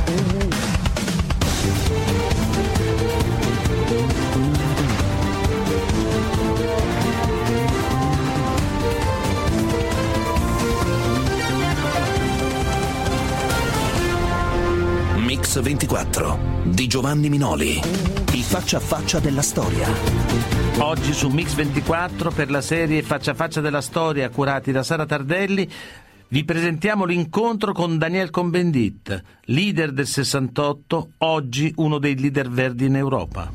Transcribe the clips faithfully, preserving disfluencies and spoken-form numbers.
Mix ventiquattro di Giovanni Minoli, il faccia a faccia della storia. Oggi su Mix ventiquattro, per la serie Faccia a faccia della storia, curati da Sara Tardelli, vi presentiamo l'incontro con Daniel Cohn-Bendit, leader del sessantotto, oggi uno dei leader verdi in Europa.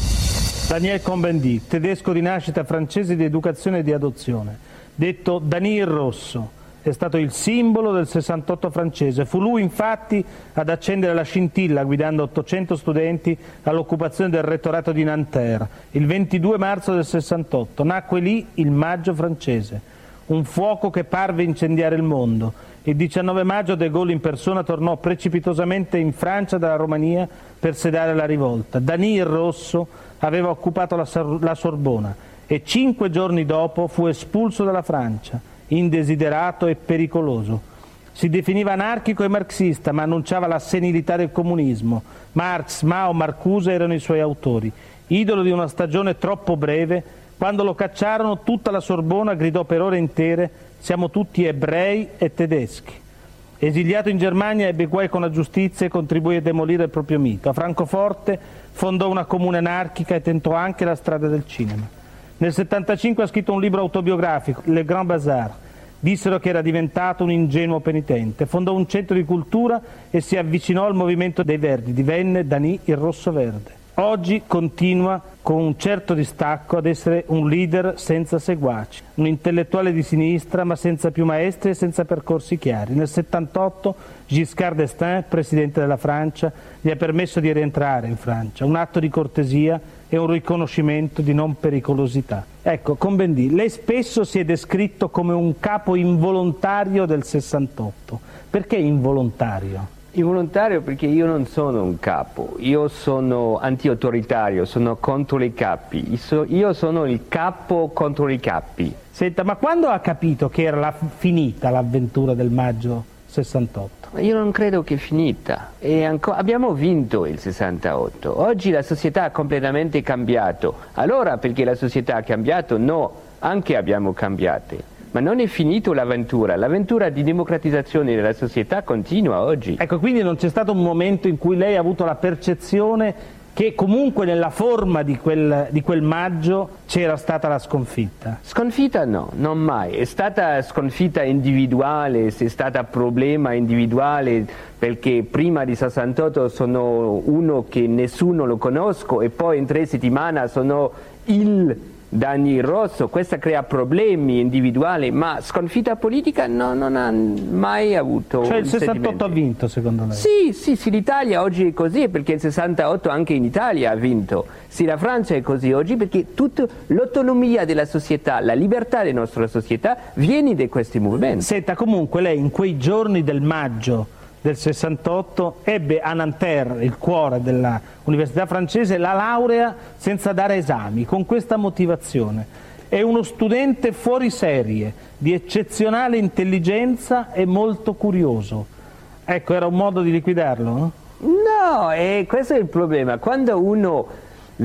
Daniel Cohn-Bendit, tedesco di nascita, francese di educazione e di adozione, detto Dani il Rosso. È stato il simbolo del sessantotto francese. Fu lui infatti ad accendere la scintilla guidando ottocento studenti all'occupazione del rettorato di Nanterre il ventidue marzo del sessantotto. Nacque lì il Maggio francese, un fuoco che parve incendiare il mondo. Il diciannove maggio De Gaulle in persona tornò precipitosamente in Francia dalla Romania per sedare la rivolta. Dani il Rosso aveva occupato la, la Sorbona e cinque giorni dopo fu espulso dalla Francia, indesiderato e pericoloso. Si definiva anarchico e marxista, ma annunciava la senilità del comunismo. Marx, Mao, Marcuse erano i suoi autori. Idolo di una stagione troppo breve, quando lo cacciarono tutta la Sorbona gridò per ore intere: siamo tutti ebrei e tedeschi. Esiliato in Germania ebbe guai con la giustizia e contribuì a demolire il proprio mito. A Francoforte fondò una comune anarchica e tentò anche la strada del cinema. Nel settantacinque ha scritto un libro autobiografico, Le Grand Bazar. Dissero che era diventato un ingenuo penitente. Fondò un centro di cultura e si avvicinò al movimento dei Verdi. Divenne Dani il Rosso Verde. Oggi continua con un certo distacco ad essere un leader senza seguaci, un intellettuale di sinistra ma senza più maestri e senza percorsi chiari. Nel settantotto Giscard d'Estaing, presidente della Francia, gli ha permesso di rientrare in Francia, un atto di cortesia e un riconoscimento di non pericolosità. Ecco, Cohn-Bendit, lei spesso si è descritto come un capo involontario del sessantotto. Perché involontario? Involontario perché io non sono un capo, io sono anti-autoritario, sono contro i capi, io sono il capo contro i capi. Senta, ma quando ha capito che era la, finita l'avventura del maggio sessantotto? Io non credo che è finita. E ancora, abbiamo vinto il sessantotto. Oggi la società ha completamente cambiato. Allora perché la società ha cambiato? No, anche abbiamo cambiato. Ma non è finito l'avventura. L'avventura di democratizzazione della società continua oggi. Ecco, quindi non c'è stato un momento in cui lei ha avuto la percezione che comunque nella forma di quel, di quel maggio c'era stata la sconfitta? Sconfitta no, non mai. È stata sconfitta individuale, è stata problema individuale, perché prima di sessantotto sono uno che nessuno lo conosco e poi in tre settimane sono il Dani Rosso. Questo crea problemi individuali, ma sconfitta politica no, non ha mai avuto. Cioè il sessantotto ha vinto secondo lei? Sì, sì, sì, l'Italia oggi è così perché il sessantotto anche in Italia ha vinto. Sì, la Francia è così oggi perché tutta l'autonomia della società, la libertà della nostra società viene da questi movimenti. Senta, comunque lei in quei giorni del maggio del sessantotto ebbe a Nanterre, il cuore dell'università francese, la laurea senza dare esami, con questa motivazione: è uno studente fuori serie, di eccezionale intelligenza e molto curioso. Ecco, era un modo di liquidarlo, no? No, e questo è il problema. Quando uno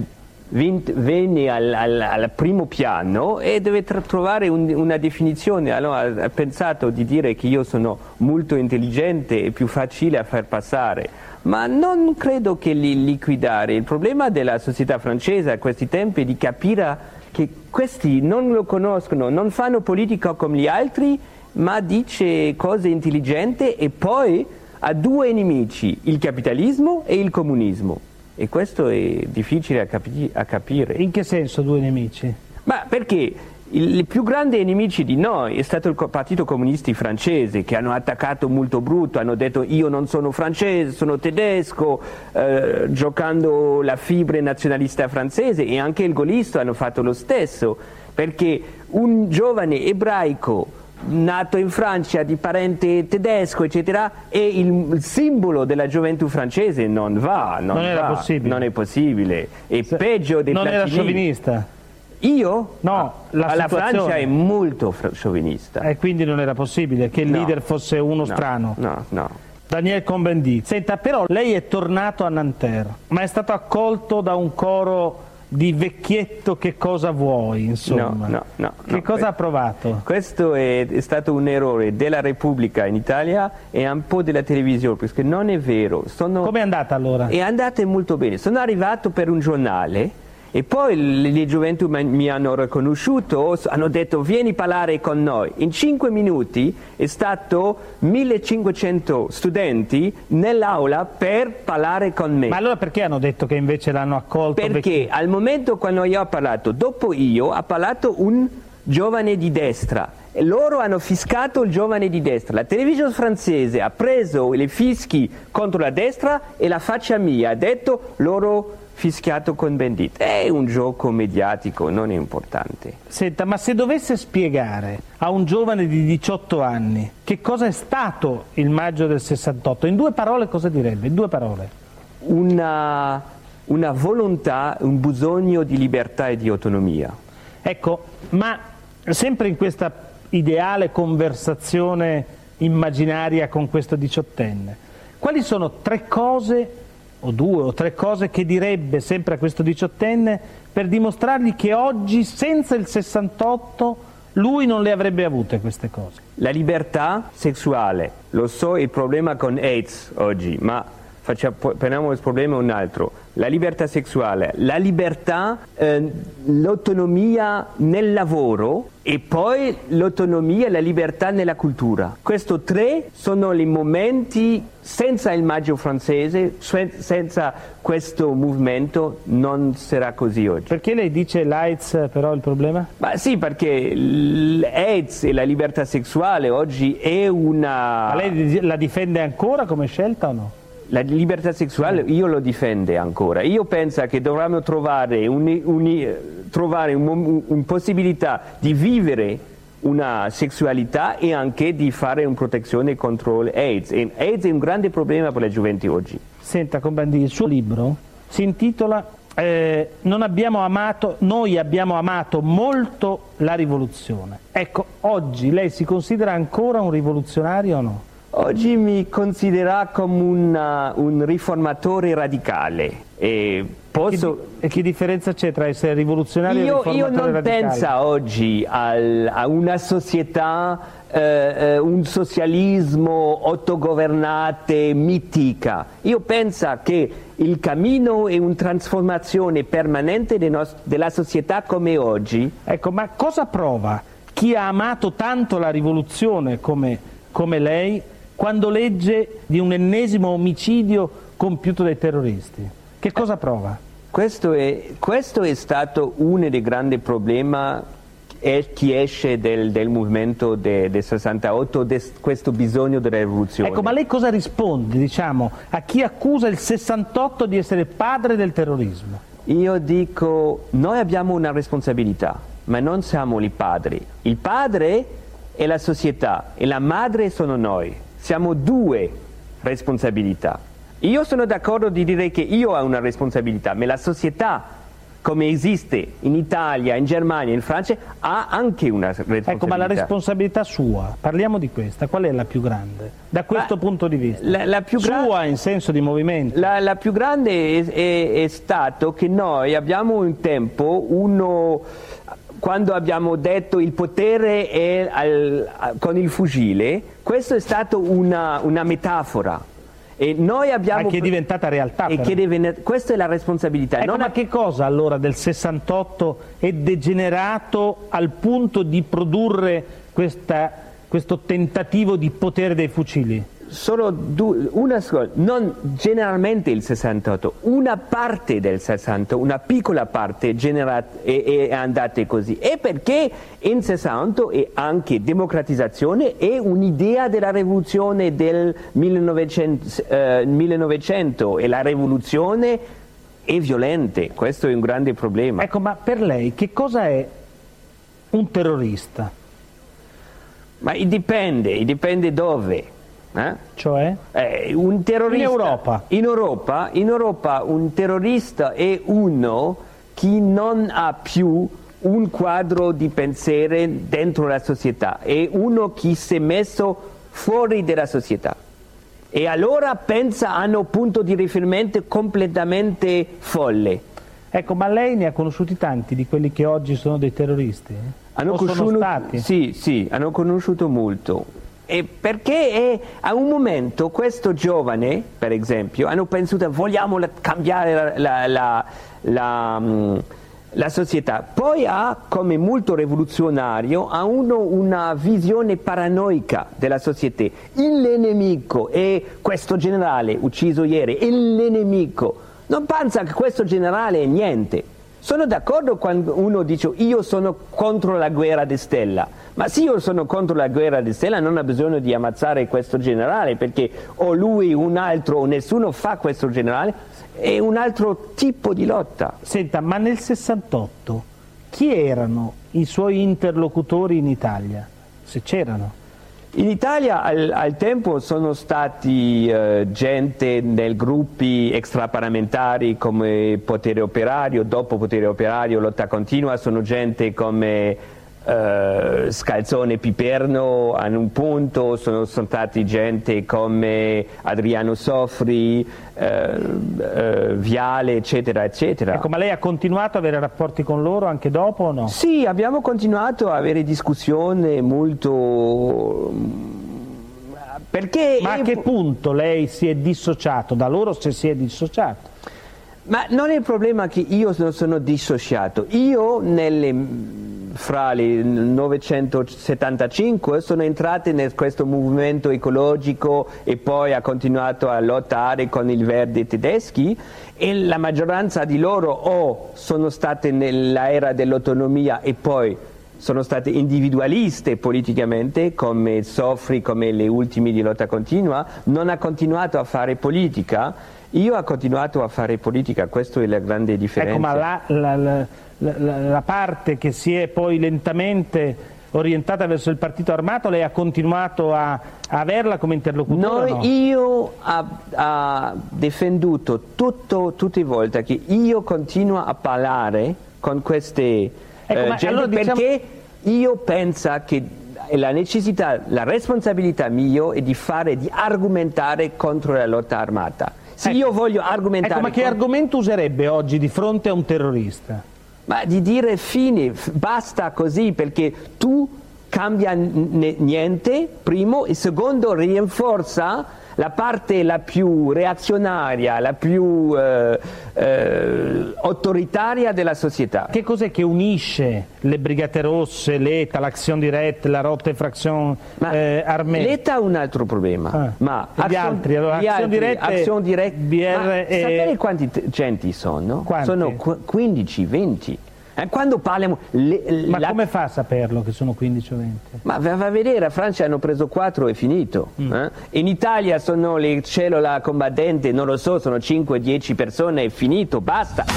viene al, al, al primo piano e deve trovare un, una definizione, allora ha pensato di dire che io sono molto intelligente e più facile a far passare, ma non credo che li liquidare. Il problema della società francese a questi tempi è di capire che questi non lo conoscono, non fanno politica come gli altri, ma dice cose intelligenti e poi ha due nemici, il capitalismo e il comunismo. E questo è difficile a, capi- a capire. In che senso due nemici? Ma perché il, i più grandi nemici di noi è stato il Partito Comunista francese, che hanno attaccato molto brutto, hanno detto io non sono francese, sono tedesco, eh, giocando la fibra nazionalista francese, e anche il gaullisto hanno fatto lo stesso, perché un giovane ebraico nato in Francia di parente tedesco eccetera e il, il simbolo della gioventù francese non va, non, non va, era possibile, non è possibile, è Se, peggio dei non Platini. Era sciovinista? Io? No, la, la Francia è molto sciovinista e quindi non era possibile che il no, leader fosse uno no, strano. no, no. Daniel Cohn-Bendit. Senta, però lei è tornato a Nanterre, ma è stato accolto da un coro di vecchietto che cosa vuoi, insomma. No, no, no. Che no, cosa ha provato? Questo è, è stato un errore della Repubblica in Italia e un po' della televisione, perché non è vero. Sono... Come è andata allora? È andata molto bene. Sono arrivato per un giornale e poi le, le gioventù mi hanno riconosciuto, hanno detto vieni a parlare con noi. In cinque minuti è stato millecinquecento studenti nell'aula per parlare con me. Ma allora perché hanno detto che invece l'hanno accolto? Perché vecchio? Al momento quando io ho parlato, dopo io, ha parlato un giovane di destra e loro hanno fiscato il giovane di destra. La televisione francese ha preso le fischi contro la destra e la faccia mia, ha detto loro fischiato Cohn-Bendit. È un gioco mediatico, non è importante. Senta, ma se dovesse spiegare a un giovane di diciotto anni che cosa è stato il maggio del sessantotto, in due parole cosa direbbe? In due parole. Una, una volontà, un bisogno di libertà e di autonomia. Ecco, ma sempre in questa ideale conversazione immaginaria con questo diciottenne, quali sono tre cose o due o tre cose che direbbe sempre a questo diciottenne per dimostrargli che oggi senza il sessantotto lui non le avrebbe avute queste cose? La libertà sessuale, lo so il problema con AIDS oggi, ma facciamo, prendiamo il problema un altro. La libertà sessuale, la libertà, eh, l'autonomia nel lavoro e poi l'autonomia e la libertà nella cultura. Questi tre sono i momenti, senza il maggio francese, senza questo movimento non sarà così oggi. Perché lei dice l'AIDS però il problema? Ma sì, perché l'AIDS e la libertà sessuale oggi è una... Ma lei la difende ancora come scelta o no? La libertà sessuale io lo difendo ancora. Io penso che dovremmo trovare una un, un possibilità di vivere una sessualità e anche di fare una protezione contro l'AIDS. E AIDS è un grande problema per la gioventù oggi. Senta, Cohn-Bendit, il suo libro si intitola eh, non abbiamo amato, Noi abbiamo amato molto la rivoluzione. Ecco, oggi lei si considera ancora un rivoluzionario o no? Oggi mi considera come una, un riformatore radicale. E posso... Che, e che differenza c'è tra essere rivoluzionario io, e riformatore radicale? Io non radicale? penso oggi al, a una società, eh, un socialismo autogovernate, mitica. Io penso che il cammino è una trasformazione permanente de nos- della società come oggi. Ecco, ma cosa prova chi ha amato tanto la rivoluzione come, come lei quando legge di un ennesimo omicidio compiuto dai terroristi? Che cosa prova? Questo è, questo è stato uno dei grandi problemi che esce del, del movimento del de sessantotto, de questo bisogno della rivoluzione. Ecco, ma lei cosa risponde, diciamo, a chi accusa il sessantotto di essere padre del terrorismo? Io dico, noi abbiamo una responsabilità, ma non siamo i padri. Il padre è la società e la madre sono noi. Siamo due responsabilità. Io sono d'accordo di dire che io ho una responsabilità, ma la società, come esiste in Italia, in Germania, in Francia, ha anche una responsabilità. Ecco, ma la responsabilità sua, parliamo di questa, qual è la più grande? Da questo ma punto di vista. La, la più sua in senso di movimento. La, la più grande è, è, è stato che noi abbiamo un tempo, uno... Quando abbiamo detto il potere è al, con il fucile, questo è stato una, una metafora. E noi abbiamo... Ma che è diventata realtà. E che deve, questa è la responsabilità. Ecco, non ma ha... che cosa allora del sessantotto è degenerato al punto di produrre questa, questo tentativo di potere dei fucili? Solo due, una cosa, non generalmente il sessantotto, una parte del sessantotto, una piccola parte generat, è, è andata così. E perché in sessantotto è anche democratizzazione e un'idea della rivoluzione del millenovecento, eh, millenovecento e la rivoluzione è violenta, questo è un grande problema. Ecco, ma per lei che cosa è un terrorista? Ma dipende, dipende dove. Eh? Cioè? Eh, un terrorista, in Europa. In Europa, in Europa un terrorista è uno che non ha più un quadro di pensiero dentro la società, è uno che si è messo fuori dalla società. e allora pensa hanno punto di riferimento completamente folle. Ecco, ma lei ne ha conosciuti tanti di quelli che oggi sono dei terroristi? Hanno o conosciuto, sono stati? Sì, sì, hanno conosciuto molto. E perché è, a un momento questo giovane, per esempio, hanno pensato vogliamo la, cambiare la, la, la, la, la società. Poi ha, come molto rivoluzionario, ha uno una visione paranoica della società. Il nemico è questo generale ucciso ieri, è il nemico. Non pensa che questo generale è niente. Sono d'accordo quando uno dice io sono contro la guerra di Stella, ma se io sono contro la guerra di Stella non ho bisogno di ammazzare questo generale, perché o lui, un altro, o nessuno fa questo generale, è un altro tipo di lotta. Senta, ma nel sessantotto chi erano i suoi interlocutori in Italia, se c'erano? In Italia al, al tempo sono stati eh, gente nei gruppi extraparlamentari come Potere Operario, dopo Potere Operario, Lotta Continua, sono gente come eh, Scalzone Piperno a un punto, sono, sono stati gente come Adriano Sofri, eh, eh, Viale, eccetera, eccetera. Ecco, ma lei ha continuato ad avere rapporti con loro anche dopo o no? Sì, abbiamo continuato a avere discussioni molto... Perché ma a che punto lei si è dissociato da loro, se si è dissociato? Ma non è il problema che io non sono dissociato. Io nelle... fra il millenovecentosettantacinque sono entrato in questo movimento ecologico e poi ha continuato a lottare con i verdi tedeschi, e la maggioranza di loro o sono state nell'era dell'autonomia e poi sono state individualiste politicamente come Sofri, come le ultime di Lotta Continua, non ha continuato a fare politica. Io ho continuato a fare politica, questa è la grande differenza. Ecco, ma la, la, la, la, la parte che si è poi lentamente orientata verso il partito armato, lei ha continuato a, a averla come interlocutore? No, no? Io ho difenduto tutto, tutte le volte che io continuo a parlare con queste ecco, eh, ma gente, allora diciamo... perché io penso che la necessità, la responsabilità mia è di fare, di argomentare contro la lotta armata. Se ecco, io voglio argomentare... Ecco, ma che contro... argomento userebbe oggi di fronte a un terrorista? Ma di dire fine, basta così, perché tu cambia niente, primo, e secondo rinforza la parte la più reazionaria, la più eh, eh, autoritaria della società. Che cos'è che unisce le Brigate Rosse, l'E T A, l'Action Directe, la Rote Fraction eh, Armée? L'E T A ha un altro problema, ah. ma e gli altri, allora, gli Action altri, Directe, Action Directe, B R ma e... sapete quanti genti sono? Quanti? Sono quindici venti. Eh, quando parliamo... Le, ma la... come fa a saperlo che sono quindici o venti? Ma va a vedere, a Francia hanno preso quattro e finito. Mm. Eh? In Italia sono le cellule combattenti, non lo so, sono cinque dieci persone e finito, basta.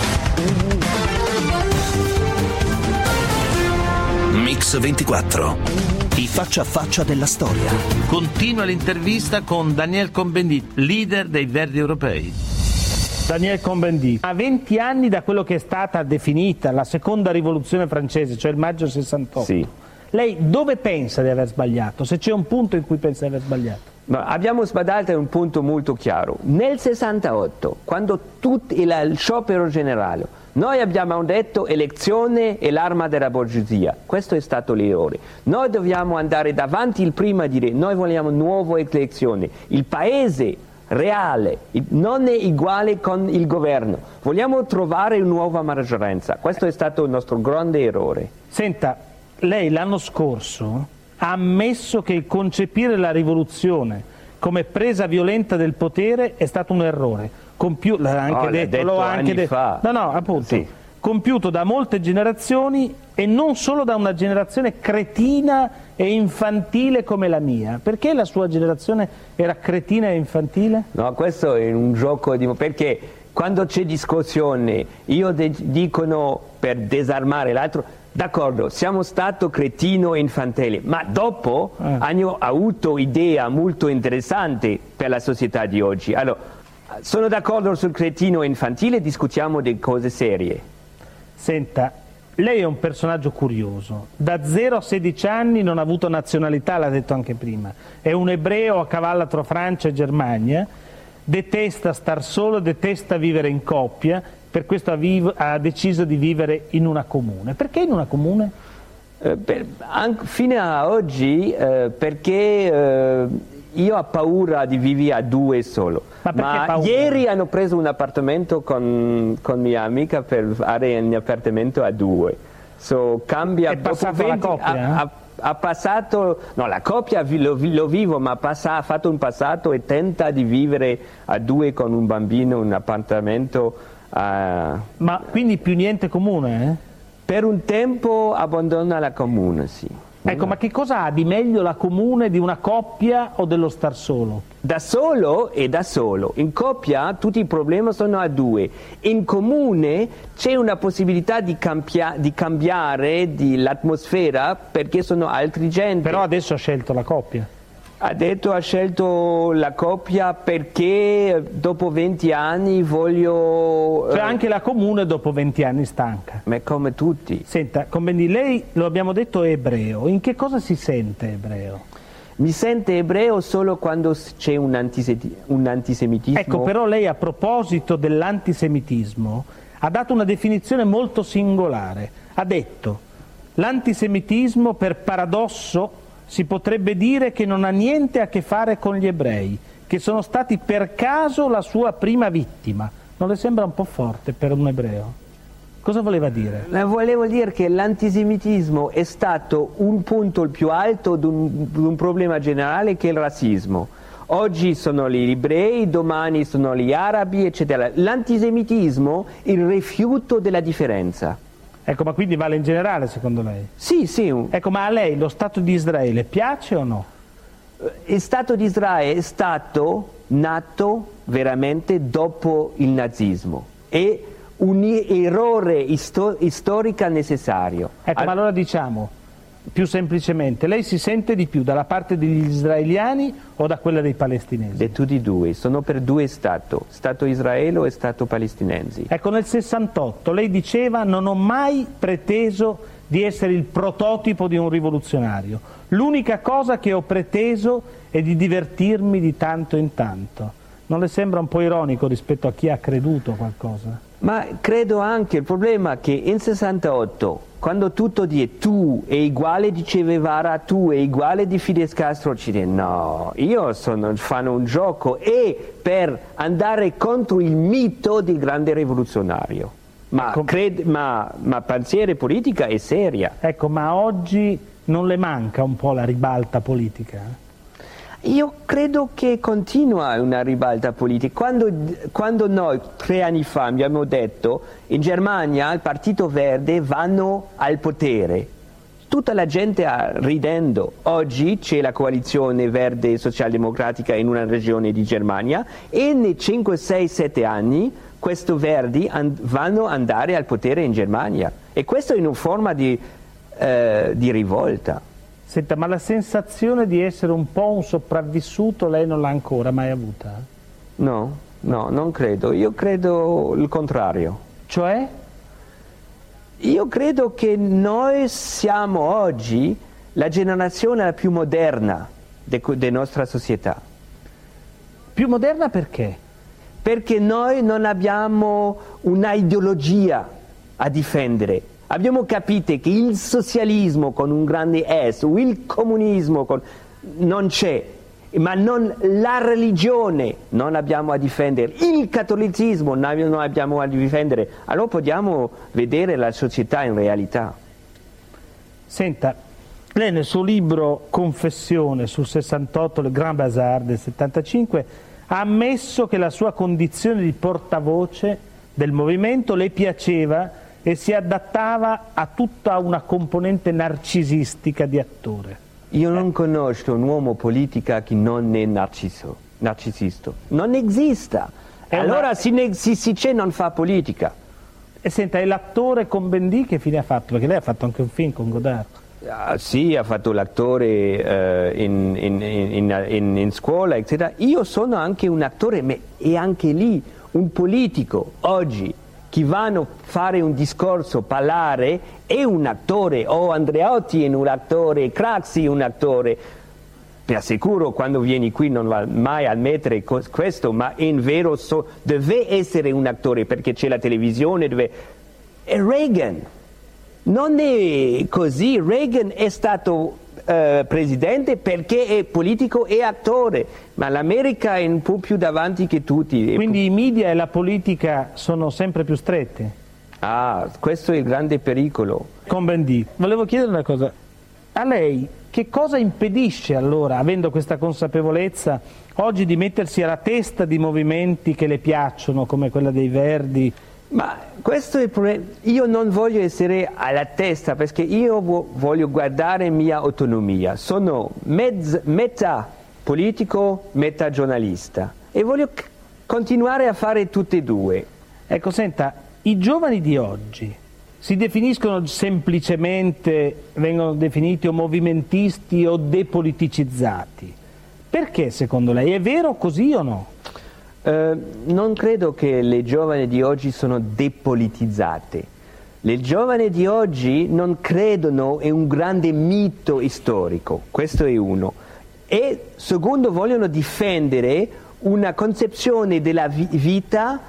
Mix ventiquattro, i faccia a faccia della storia. Continua l'intervista con Daniel Cohn-Bendit, leader dei Verdi Europei. Daniel Cohn-Bendit, a venti anni da quello che è stata definita la seconda rivoluzione francese, cioè il maggio sessantotto, sì. Lei dove pensa di aver sbagliato? Se c'è un punto in cui pensa di aver sbagliato? Ma abbiamo sbagliato un punto molto chiaro. Nel sessantotto, quando tutto il sciopero generale, noi abbiamo detto elezione è l'arma della borghesia. Questo è stato l'errore. Noi dobbiamo andare davanti il prima e dire noi vogliamo nuove elezioni. Il paese reale, non è uguale con il governo. Vogliamo trovare una nuova maggioranza. Questo è stato il nostro grande errore. Senta, lei l'anno scorso ha ammesso che il concepire la rivoluzione come presa violenta del potere è stato un errore. Compiu- l'ha anche oh, detto, detto l'ho anche detto. Fa. No, no, appunto. Sì. Compiuto da molte generazioni e non solo da una generazione cretina e infantile come la mia. Perché la sua generazione era cretina e infantile? No, questo è un gioco di... perché quando c'è discussione, io de- dicono per disarmare l'altro, d'accordo, siamo stati cretino e infantile, ma dopo eh. hanno avuto idee molto interessanti per la società di oggi. Allora, sono d'accordo sul cretino e infantile, discutiamo di cose serie. Senta, lei è un personaggio curioso, da zero a sedici anni non ha avuto nazionalità, l'ha detto anche prima, è un ebreo a cavallo tra Francia e Germania, detesta star solo, detesta vivere in coppia, per questo ha, vivo, ha deciso di vivere in una comune. Perché in una comune? Eh, per, anche, fino a oggi eh, perché eh, io ho paura di vivere a due solo. Ma, Ma ieri hanno preso un appartamento con, con mia amica per fare un appartamento a due. So, cambia è passato venti, la coppia? Ha, ha, ha passato, no, la coppia lo, lo vivo, ma passa, ha fatto un passato e tenta di vivere a due con un bambino in un appartamento. Uh, Ma quindi più niente comune? Eh? Per un tempo abbandona la comune, sì. Ecco, ma che cosa ha di meglio la comune di una coppia o dello star solo? Da solo e da solo. In coppia tutti i problemi sono a due. In comune c'è una possibilità di, cambia- di cambiare di l'atmosfera perché sono altri gente. Però adesso ha scelto la coppia. Ha detto ha scelto la coppia perché dopo venti anni voglio... Cioè eh, anche la comune dopo venti anni stanca. Ma come tutti. Senta, Combendi, lei, lo abbiamo detto, è ebreo. In che cosa si sente ebreo? Mi sente ebreo solo quando c'è un, antiseti- un antisemitismo. Ecco, però lei a proposito dell'antisemitismo ha dato una definizione molto singolare. Ha detto, l'antisemitismo per paradosso si potrebbe dire che non ha niente a che fare con gli ebrei, che sono stati per caso la sua prima vittima. Non le sembra un po' forte per un ebreo? Cosa voleva dire? Volevo dire che l'antisemitismo è stato un punto il più alto di un, di un problema generale che è il razzismo. Oggi sono gli ebrei, domani sono gli arabi, eccetera. L'antisemitismo è il rifiuto della differenza. Ecco, ma quindi vale in generale secondo lei? Sì, sì. Ecco, ma a lei lo Stato di Israele piace o no? Il Stato di Israele è stato nato veramente dopo il nazismo. È un errore isto- storico necessario. Ecco, Al- ma allora diciamo, più semplicemente, lei si sente di più dalla parte degli israeliani o da quella dei palestinesi? Di tutti e due, sono per due stati, Stato Israele e Stato palestinense. Ecco, nel sessantotto lei diceva non ho mai preteso di essere il prototipo di un rivoluzionario, l'unica cosa che ho preteso è di divertirmi di tanto in tanto. Non le sembra un po' ironico rispetto a chi ha creduto qualcosa? Ma credo anche il problema che in sessantotto, quando tutto di tu è uguale di Che Guevara, tu è uguale di Fidel Castro, ci dice no, io sono, fanno un gioco e per andare contro il mito del grande rivoluzionario. Ma, ecco, cred, ma, ma pensiero politica è seria. Ecco, ma oggi non le manca un po' la ribalta politica? Io credo che continua una ribalta politica. Quando, quando noi tre anni fa abbiamo detto in Germania il Partito Verde vanno al potere, tutta la gente ha ridendo. Oggi c'è la coalizione verde e socialdemocratica in una regione di Germania e nei cinque, sei, sette anni questi verdi and- vanno ad andare al potere in Germania e questo è una forma di, eh, di rivolta. Senta, ma la sensazione di essere un po' un sopravvissuto lei non l'ha ancora mai avuta? No, no, non credo. Io credo il contrario. Cioè? Io credo che noi siamo oggi la generazione più moderna della nostra società. Più moderna perché? Perché noi non abbiamo una ideologia a difendere. Abbiamo capito che il socialismo con un grande S o il comunismo con... non c'è, ma non la religione non abbiamo a difendere, il cattolicesimo non abbiamo a difendere, allora possiamo vedere la società in realtà. Senta, lei nel suo libro Confessione sul sessantotto, le Grand Bazar del settantacinque, ha ammesso che la sua condizione di portavoce del movimento le piaceva e si adattava a tutta una componente narcisistica di attore. Io non conosco un uomo politico che non è narciso, narcisista. Non esiste. È allora una... si, ne, si, si c'è non fa politica. E senta, e l'attore Combendi che fine ha fatto? Perché lei ha fatto anche un film con Godard. Ah, sì, ha fatto l'attore uh, in, in, in, in, in scuola, eccetera. Io sono anche un attore, ma è anche lì un politico oggi chi vanno a fare un discorso, parlare, è un attore, o Andreotti è un attore, Craxi è un attore. Per sicuro quando vieni qui non va mai a ammettere questo, ma in vero so, deve essere un attore, perché c'è la televisione, deve... è Reagan. Non è così, Reagan è stato eh, presidente perché è politico e attore, ma l'America è un po' più davanti che tutti. Quindi i media e la politica sono sempre più stretti? Ah, questo è il grande pericolo. Cohn-Bendit, volevo chiedere una cosa, a lei che cosa impedisce allora, avendo questa consapevolezza, oggi di mettersi alla testa di movimenti che le piacciono, come quella dei Verdi? Ma questo è il problema. Io non voglio essere alla testa, perché io voglio guardare mia autonomia. Sono mezz, metà politico, metà giornalista e voglio c- continuare a fare tutte e due. Ecco, senta, i giovani di oggi si definiscono semplicemente, vengono definiti o movimentisti o depoliticizzati. Perché secondo lei? È vero così o no? Uh, non credo che le giovani di oggi sono depolitizzate. Le giovani di oggi non credono in un grande mito storico, questo è uno. E secondo, vogliono difendere una concezione della vi- vita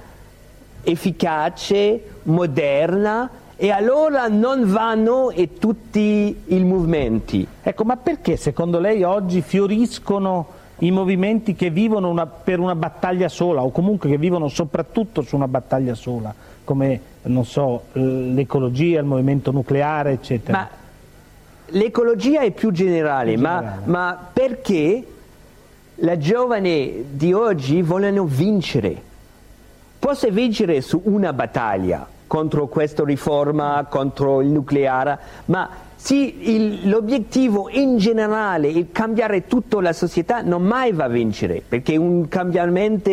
efficace, moderna, e allora non vanno in tutti i movimenti. Ecco, ma perché secondo lei oggi fioriscono i movimenti che vivono una, per una battaglia sola, o comunque che vivono soprattutto su una battaglia sola, come, non so, l'ecologia, il movimento nucleare, eccetera? Ma l'ecologia è più generale, più ma, generale. ma perché la giovane di oggi vogliono vincere? Posso vincere su una battaglia contro questa riforma, contro il nucleare, ma sì, il, l'obiettivo in generale, il cambiare tutta la società, non mai va a vincere, perché un cambiamento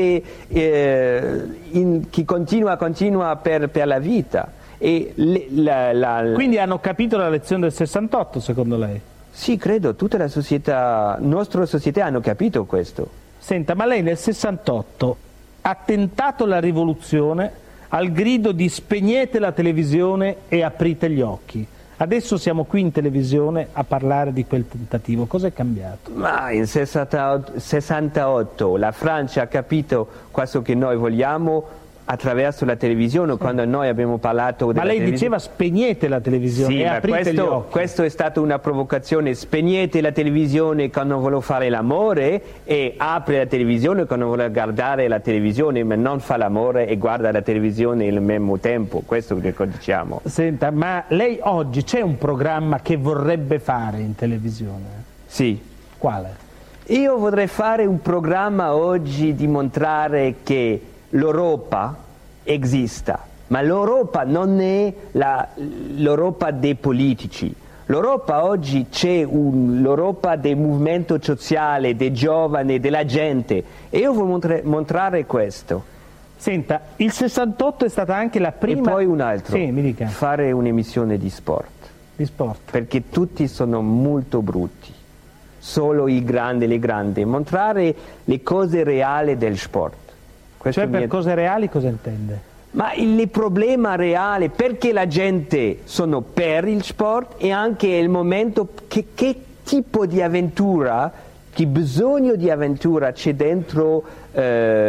eh, in, che continua, continua per, per la vita. E le, la, la, Quindi hanno capito la lezione del sessantotto, secondo lei? Sì, credo, tutta la società, nostra società hanno capito questo. Senta, ma lei nel sessantotto ha tentato la rivoluzione al grido di spegnete la televisione e aprite gli occhi. Adesso siamo qui in televisione a parlare di quel tentativo. Cosa è cambiato? Ma in sessantotto la Francia ha capito quello che noi vogliamo attraverso la televisione, sì. Quando noi abbiamo parlato della Ma lei televisione... diceva spegnete la televisione sì, e ma aprite questo, gli occhi. Questo è stata una provocazione. Spegnete la televisione quando voglio fare l'amore e apri la televisione quando voglio guardare la televisione, ma non fa l'amore e guarda la televisione al mesmo tempo. Questo è che diciamo. Senta, ma lei oggi c'è un programma che vorrebbe fare in televisione? Sì. Quale? Io vorrei fare un programma oggi di mostrare che l'Europa esista, ma l'Europa non è la, l'Europa dei politici. L'Europa oggi c'è un, l'Europa del movimento sociale, dei giovani, della gente, e io voglio mostrare questo. Senta, il sessantotto è stata anche la prima... E poi un altro, sì, mi dica. Fare un'emissione di sport. Di sport. Perché tutti sono molto brutti. Solo i grandi, le grandi. Mostrare le cose reali del sport. Questo Cioè per mie... cose reali cosa intende? Ma il problema reale, perché la gente sono per il sport, e anche il momento che, che tipo di avventura, che bisogno di avventura c'è dentro eh,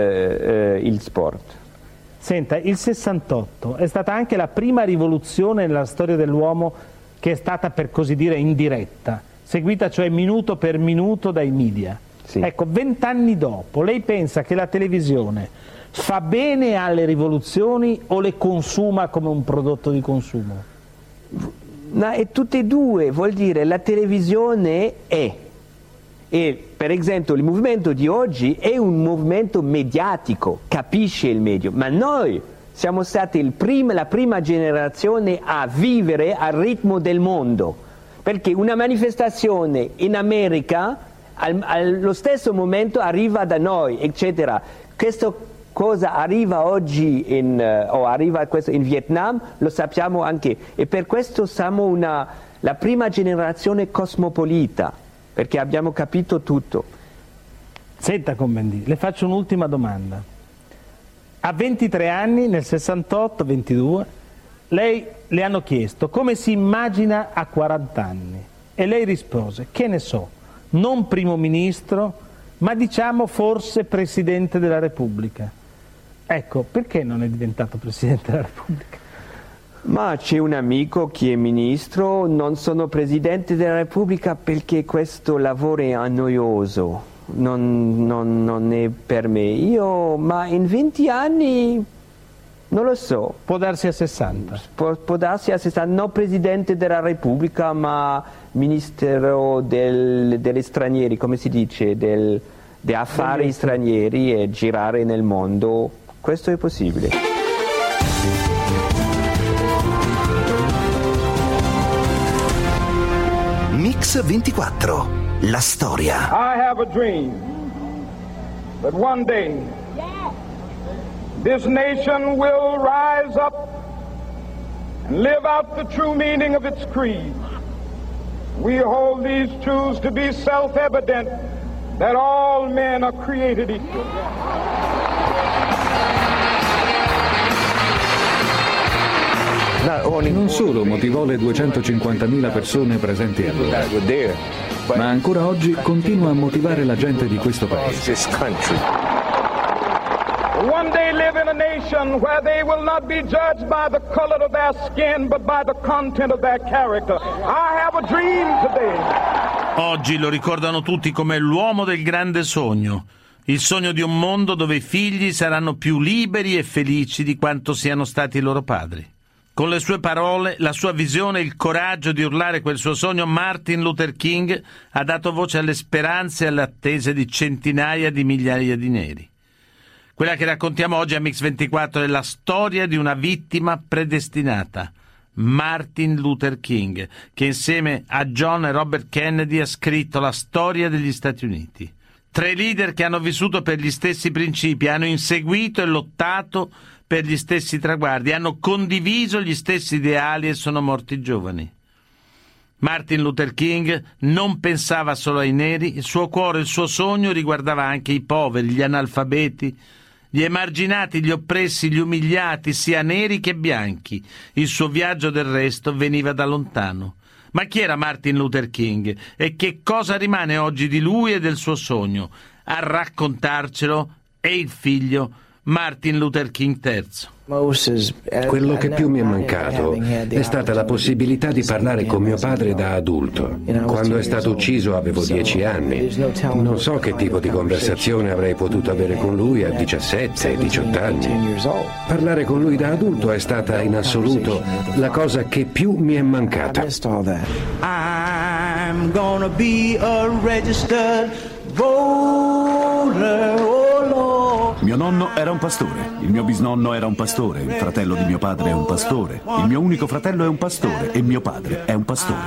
eh, il sport. Senta, il sessantotto è stata anche la prima rivoluzione nella storia dell'uomo che è stata, per così dire, in diretta, seguita cioè minuto per minuto dai media. Sì. Ecco, vent'anni dopo, lei pensa che la televisione fa bene alle rivoluzioni o le consuma come un prodotto di consumo? No, è tutte e due, vuol dire la televisione è, e per esempio il movimento di oggi è un movimento mediatico, capisce il medio, ma noi siamo stati il prim- la prima generazione a vivere al ritmo del mondo, perché una manifestazione in America al, allo stesso momento arriva da noi, eccetera. Questo cosa arriva oggi in, uh, o arriva questo in Vietnam, lo sappiamo anche, e per questo siamo una, la prima generazione cosmopolita, perché abbiamo capito tutto. Senta, Cohn-Bendit, le faccio un'ultima domanda. A ventitré anni, nel sessantotto ventidue, lei le hanno chiesto come si immagina a quaranta anni e lei rispose: che ne so, non primo ministro, ma diciamo forse Presidente della Repubblica. Ecco, perché non è diventato Presidente della Repubblica? Ma c'è un amico che è ministro, non sono Presidente della Repubblica perché questo lavoro è annoioso, non, non, non è per me. Io, ma in venti anni, non lo so. Può darsi a sessanta? Può, può darsi a sessanta, non Presidente della Repubblica, ma Ministero del, degli stranieri, come si dice, del, degli affari stranieri e girare nel mondo. Questo è possibile. Mix ventiquattro, la storia. I have a dream that one day this nation will rise up and live out the true meaning of its creed. We hold these truths to be self-evident, that all men are created equal. Non solo motivò le duecentocinquantamila persone presenti allora, ma ancora oggi continua a motivare la gente di questo paese. One day live in a nation where they will not be judged by the color of their skin, but by the content of their character. I have a dream today. Oggi lo ricordano tutti come l'uomo del grande sogno, il sogno di un mondo dove i figli saranno più liberi e felici di quanto siano stati i loro padri. Con le sue parole, la sua visione e il coraggio di urlare quel suo sogno, Martin Luther King ha dato voce alle speranze e alle attese di centinaia di migliaia di neri. Quella che raccontiamo oggi a Mix ventiquattro è la storia di una vittima predestinata, Martin Luther King, che insieme a John e Robert Kennedy ha scritto la storia degli Stati Uniti. Tre leader che hanno vissuto per gli stessi principi, hanno inseguito e lottato per gli stessi traguardi, hanno condiviso gli stessi ideali e sono morti giovani. Martin Luther King non pensava solo ai neri, il suo cuore, il suo sogno riguardava anche i poveri, gli analfabeti, gli emarginati, gli oppressi, gli umiliati, sia neri che bianchi. Il suo viaggio del resto veniva da lontano. Ma chi era Martin Luther King e che cosa rimane oggi di lui e del suo sogno? A raccontarcelo è il figlio Martin Luther King terzo. Quello che più mi è mancato è stata la possibilità di parlare con mio padre da adulto. Quando è stato ucciso avevo dieci anni. Non so che tipo di conversazione avrei potuto avere con lui a diciassette diciotto anni. Parlare con lui da adulto è stata in assoluto la cosa che più mi è mancata. I'm gonna be a registered voter. Mio nonno era un pastore, il mio bisnonno era un pastore, il fratello di mio padre è un pastore, il mio unico fratello è un pastore e mio padre è un pastore.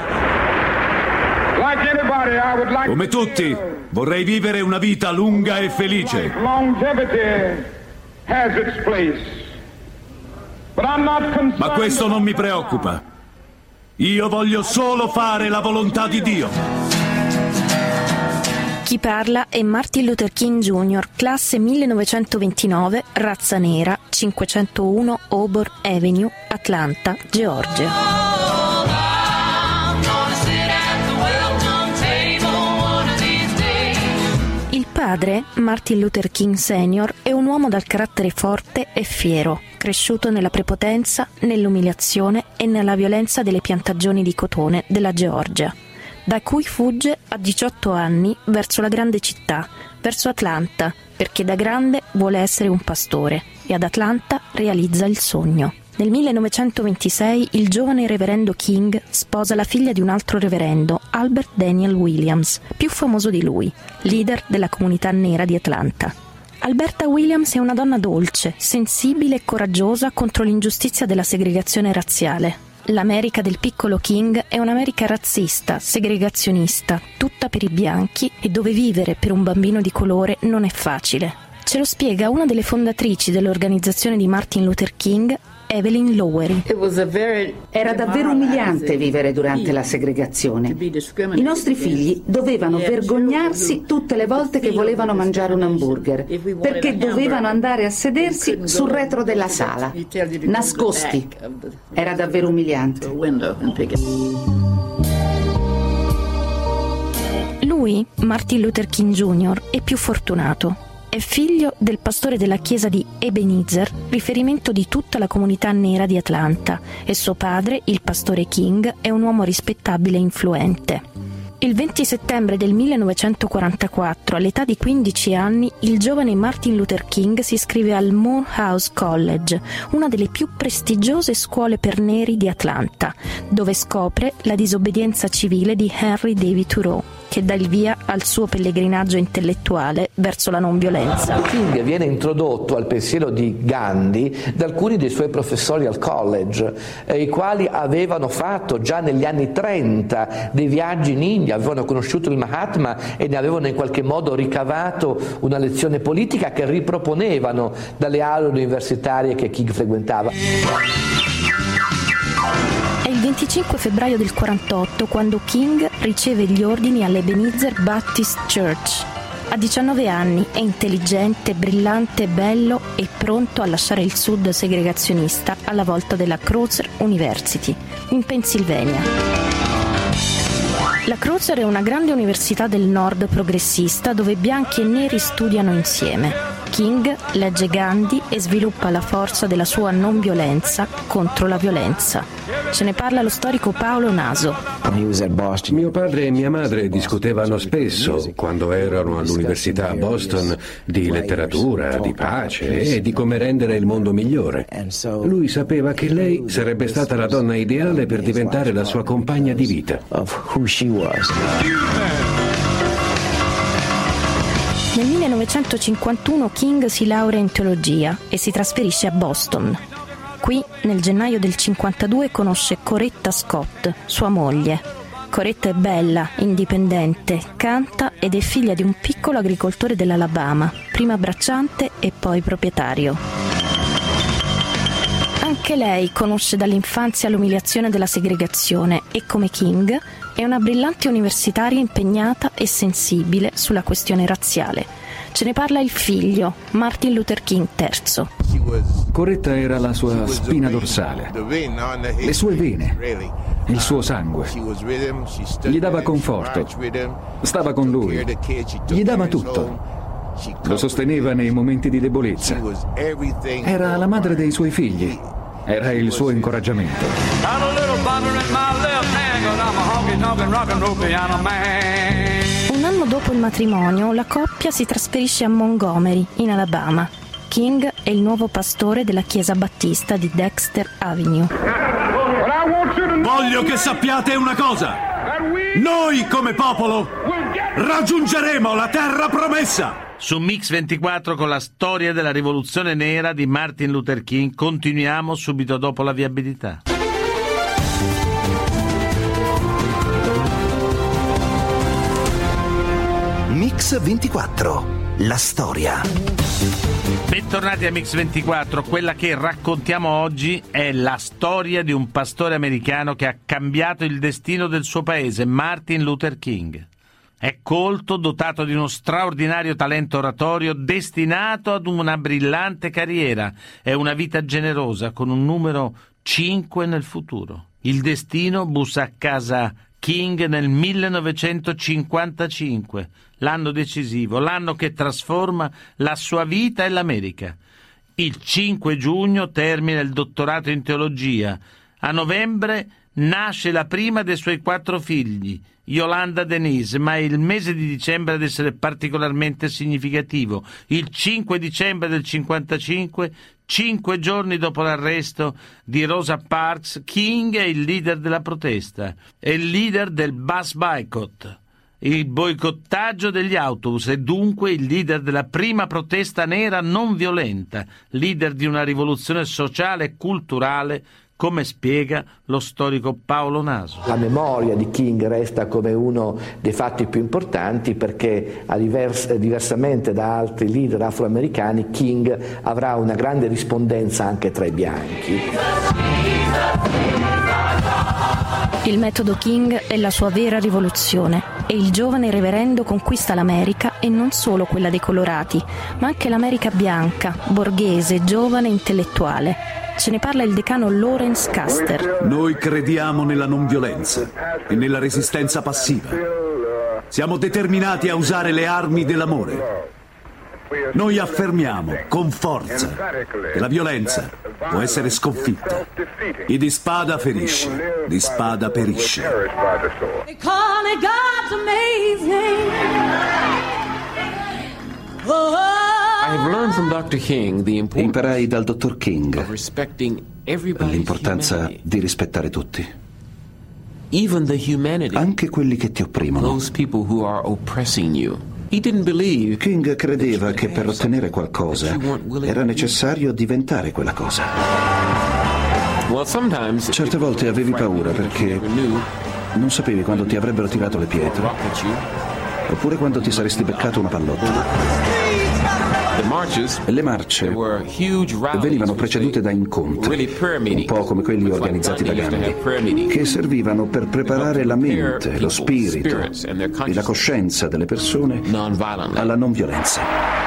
Come tutti, vorrei vivere una vita lunga e felice. Ma questo non mi preoccupa. Io voglio solo fare la volontà di Dio. Chi parla è Martin Luther King Junior, classe millenovecentoventinove, razza nera, cinquecentouno Auburn Avenue, Atlanta, Georgia. Il padre, Martin Luther King Senior, è un uomo dal carattere forte e fiero, cresciuto nella prepotenza, nell'umiliazione e nella violenza delle piantagioni di cotone della Georgia, da cui fugge a diciotto anni verso la grande città, verso Atlanta, perché da grande vuole essere un pastore e ad Atlanta realizza il sogno. Nel millenovecentoventisei il giovane reverendo King sposa la figlia di un altro reverendo, Albert Daniel Williams, più famoso di lui, leader della comunità nera di Atlanta. Alberta Williams è una donna dolce, sensibile e coraggiosa contro l'ingiustizia della segregazione razziale. L'America del piccolo King è un'America razzista, segregazionista, tutta per i bianchi e dove vivere per un bambino di colore non è facile. Ce lo spiega una delle fondatrici dell'organizzazione di Martin Luther King, Evelyn Lowery. Era davvero umiliante vivere durante la segregazione. I nostri figli dovevano vergognarsi tutte le volte che volevano mangiare un hamburger, perché dovevano andare a sedersi sul retro della sala, nascosti. Era davvero umiliante. Lui, Martin Luther King Junior, è più fortunato. È figlio del pastore della chiesa di Ebenezer, riferimento di tutta la comunità nera di Atlanta, e suo padre, il pastore King, è un uomo rispettabile e influente. Il venti settembre del millenovecentoquarantaquattro, all'età di quindici anni, il giovane Martin Luther King si iscrive al Morehouse College, una delle più prestigiose scuole per neri di Atlanta, dove scopre la disobbedienza civile di Henry David Thoreau, che dà il via al suo pellegrinaggio intellettuale verso la non violenza. King viene introdotto al pensiero di Gandhi da alcuni dei suoi professori al college, eh, i quali avevano fatto già negli anni trenta dei viaggi in India, avevano conosciuto il Mahatma e ne avevano in qualche modo ricavato una lezione politica che riproponevano dalle aule universitarie che King frequentava. È il venticinque febbraio del quarantotto quando King riceve gli ordini all'Ebenezer Baptist Church. Ha diciannove anni, è intelligente, brillante, bello e pronto a lasciare il sud segregazionista alla volta della Crozer University, in Pennsylvania. La Crozer è una grande università del nord progressista dove bianchi e neri studiano insieme. King legge Gandhi e sviluppa la forza della sua non violenza contro la violenza. Ce ne parla lo storico Paolo Naso. Mio padre e mia madre discutevano spesso, quando erano all'università a Boston, di letteratura, di pace e di come rendere il mondo migliore. Lui sapeva che lei sarebbe stata la donna ideale per diventare la sua compagna di vita. Nel millenovecentocinquantuno King si laurea in teologia e si trasferisce a Boston. Qui, nel gennaio del cinquantadue, conosce Coretta Scott, sua moglie. Coretta è bella, indipendente, canta ed è figlia di un piccolo agricoltore dell'Alabama, prima bracciante e poi proprietario. Anche lei conosce dall'infanzia l'umiliazione della segregazione e, come King, è una brillante universitaria impegnata e sensibile sulla questione razziale. Ce ne parla il figlio, Martin Luther King terzo. Coretta era la sua spina dorsale, le sue vene, il suo sangue. Gli dava conforto, stava con lui, gli dava tutto. Lo sosteneva nei momenti di debolezza. Era la madre dei suoi figli. Era il suo incoraggiamento. Un anno dopo il matrimonio, la coppia si trasferisce a Montgomery, in Alabama. King è il nuovo pastore della chiesa battista di Dexter Avenue. Voglio che sappiate una cosa. Noi, come popolo, raggiungeremo la terra promessa. Su Mix ventiquattro con la storia della rivoluzione nera di Martin Luther King continuiamo subito dopo la viabilità. Mix ventiquattro, la storia. Bentornati a Mix ventiquattro, quella che raccontiamo oggi è la storia di un pastore americano che ha cambiato il destino del suo paese, Martin Luther King. È colto, dotato di uno straordinario talento oratorio, destinato ad una brillante carriera e una vita generosa con un numero cinque nel futuro. Il destino bussa a casa King nel millenovecentocinquantacinque, l'anno decisivo, l'anno che trasforma la sua vita e l'America. Il cinque giugno termina il dottorato in teologia. A novembre nasce la prima dei suoi quattro figli, Yolanda Denise, ma è il mese di dicembre ad essere particolarmente significativo. Il cinque dicembre del cinquantacinque, cinque giorni dopo l'arresto di Rosa Parks, King è il leader della protesta, è il leader del bus boycott, il boicottaggio degli autobus, e dunque il leader della prima protesta nera non violenta, leader di una rivoluzione sociale e culturale come spiega lo storico Paolo Naso. La memoria di King resta come uno dei fatti più importanti perché, a divers- diversamente da altri leader afroamericani, King avrà una grande rispondenza anche tra i bianchi. Il metodo King è la sua vera rivoluzione e il giovane reverendo conquista l'America e non solo quella dei colorati, ma anche l'America bianca, borghese, giovane, intellettuale. Ce ne parla il decano Lawrence Custer. Noi crediamo nella non violenza e nella resistenza passiva. Siamo determinati a usare le armi dell'amore. Noi affermiamo con forza che la violenza può essere sconfitta. Chi di spada ferisce, di spada perisce. Imparai dal dottor King l'importanza di rispettare tutti, anche quelli che ti opprimono. King credeva che per ottenere qualcosa era necessario diventare quella cosa. Certe volte avevi paura perché non sapevi quando ti avrebbero tirato le pietre, oppure quando ti saresti beccato una pallottola. Le marce venivano precedute da incontri, un po' come quelli organizzati da Gandhi, che servivano per preparare la mente, lo spirito e la coscienza delle persone alla non violenza.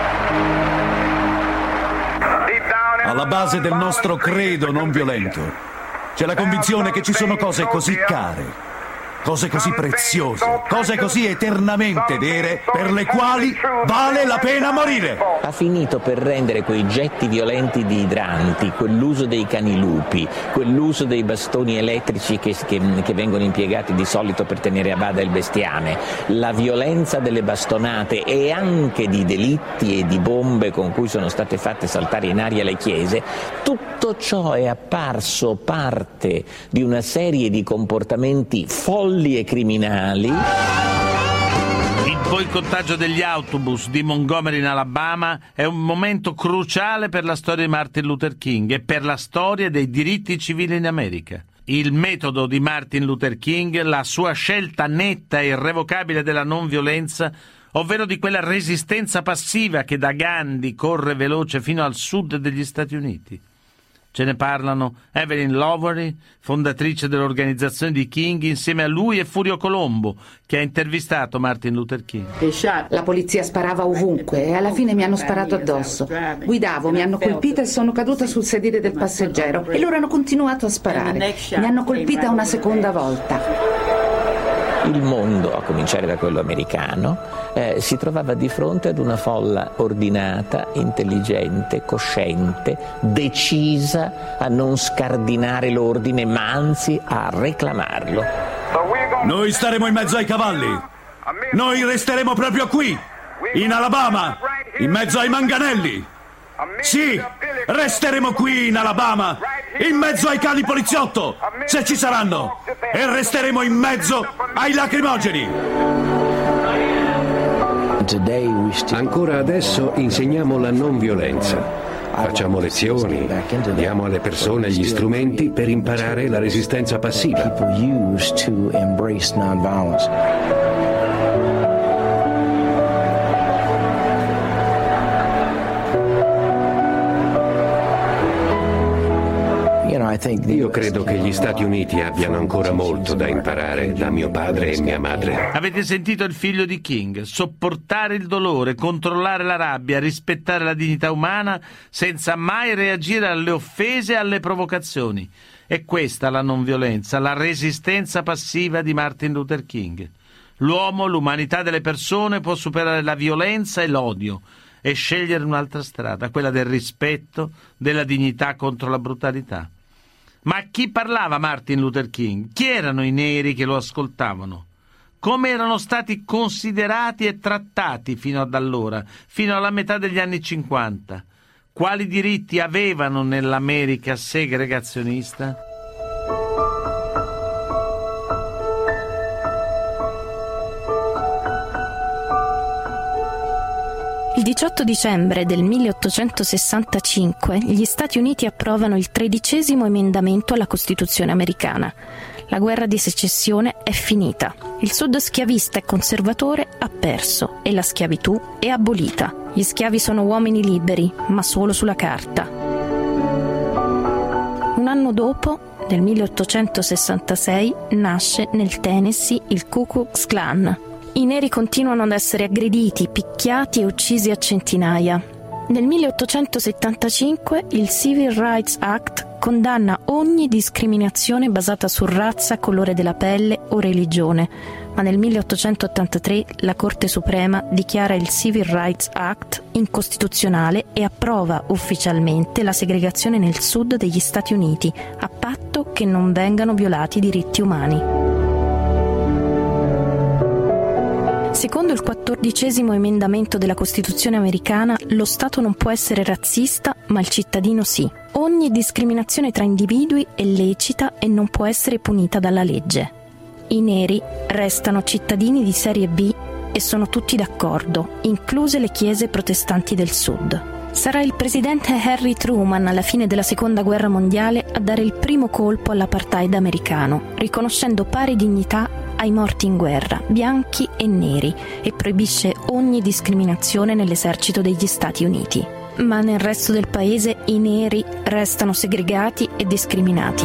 Alla base del nostro credo non violento c'è la convinzione che ci sono cose così care, cose così preziose, cose così eternamente vere, per le quali vale la pena morire. Ha finito per rendere quei getti violenti di idranti, quell'uso dei canilupi, quell'uso dei bastoni elettrici che, che, che vengono impiegati di solito per tenere a bada il bestiame, la violenza delle bastonate e anche di delitti e di bombe con cui sono state fatte saltare in aria le chiese. Tutto ciò è apparso parte di una serie di comportamenti folli e criminali. Il boicottaggio degli autobus di Montgomery in Alabama è un momento cruciale per la storia di Martin Luther King e per la storia dei diritti civili in America. Il metodo di Martin Luther King, la sua scelta netta e irrevocabile della non violenza, ovvero di quella resistenza passiva che da Gandhi corre veloce fino al sud degli Stati Uniti. Ce ne parlano Evelyn Lowery, fondatrice dell'organizzazione di King, insieme a lui e Furio Colombo, che ha intervistato Martin Luther King. La polizia sparava ovunque e alla fine mi hanno sparato addosso. Guidavo, mi hanno colpita e sono caduta sul sedile del passeggero e loro hanno continuato a sparare. Mi hanno colpita una seconda volta. Il mondo, a cominciare da quello americano, eh, si trovava di fronte ad una folla ordinata, intelligente, cosciente, decisa a non scardinare l'ordine, ma anzi a reclamarlo. Noi staremo in mezzo ai cavalli. Noi resteremo proprio qui, in Alabama, in mezzo ai manganelli. Sì, resteremo qui in Alabama, in mezzo ai cani poliziotto, se ci saranno, e resteremo in mezzo ai lacrimogeni. Ancora adesso insegniamo la non violenza. Facciamo lezioni, diamo alle persone gli strumenti per imparare la resistenza passiva. Io credo che gli Stati Uniti abbiano ancora molto da imparare da mio padre e mia madre. Avete sentito il figlio di King? Sopportare il dolore, controllare la rabbia, rispettare la dignità umana senza mai reagire alle offese e alle provocazioni. È questa la non violenza, la resistenza passiva di Martin Luther King. L'uomo, l'umanità delle persone può superare la violenza e l'odio e scegliere un'altra strada, quella del rispetto, della dignità contro la brutalità. Ma a chi parlava Martin Luther King? Chi erano i neri che lo ascoltavano? Come erano stati considerati e trattati fino ad allora, fino alla metà degli anni cinquanta? Quali diritti avevano nell'America segregazionista? Il Il diciotto dicembre del milleottocentosessantacinque gli Stati Uniti approvano il tredicesimo emendamento alla Costituzione americana. La guerra di secessione è finita. Il Sud schiavista e conservatore ha perso e la schiavitù è abolita. Gli schiavi sono uomini liberi, ma solo sulla carta. Un anno dopo, nel milleottocentosessantasei, nasce nel Tennessee il Ku Klux Klan. I neri continuano ad essere aggrediti, picchiati e uccisi a centinaia. Nel milleottocentosettantacinque il Civil Rights Act condanna ogni discriminazione basata su razza, colore della pelle o religione, ma nel milleottocentottantatré la Corte Suprema dichiara il Civil Rights Act incostituzionale e approva ufficialmente la segregazione nel sud degli Stati Uniti, a patto che non vengano violati i diritti umani. Secondo il quattordicesimo emendamento della Costituzione americana, lo Stato non può essere razzista, ma il cittadino sì. Ogni discriminazione tra individui è lecita e non può essere punita dalla legge. I neri restano cittadini di serie B e sono tutti d'accordo, incluse le chiese protestanti del Sud. Sarà il presidente Harry Truman alla fine della Seconda Guerra Mondiale a dare il primo colpo all'apartheid americano, riconoscendo pari dignità ai morti in guerra, bianchi e neri, e proibisce ogni discriminazione nell'esercito degli Stati Uniti. Ma nel resto del paese i neri restano segregati e discriminati.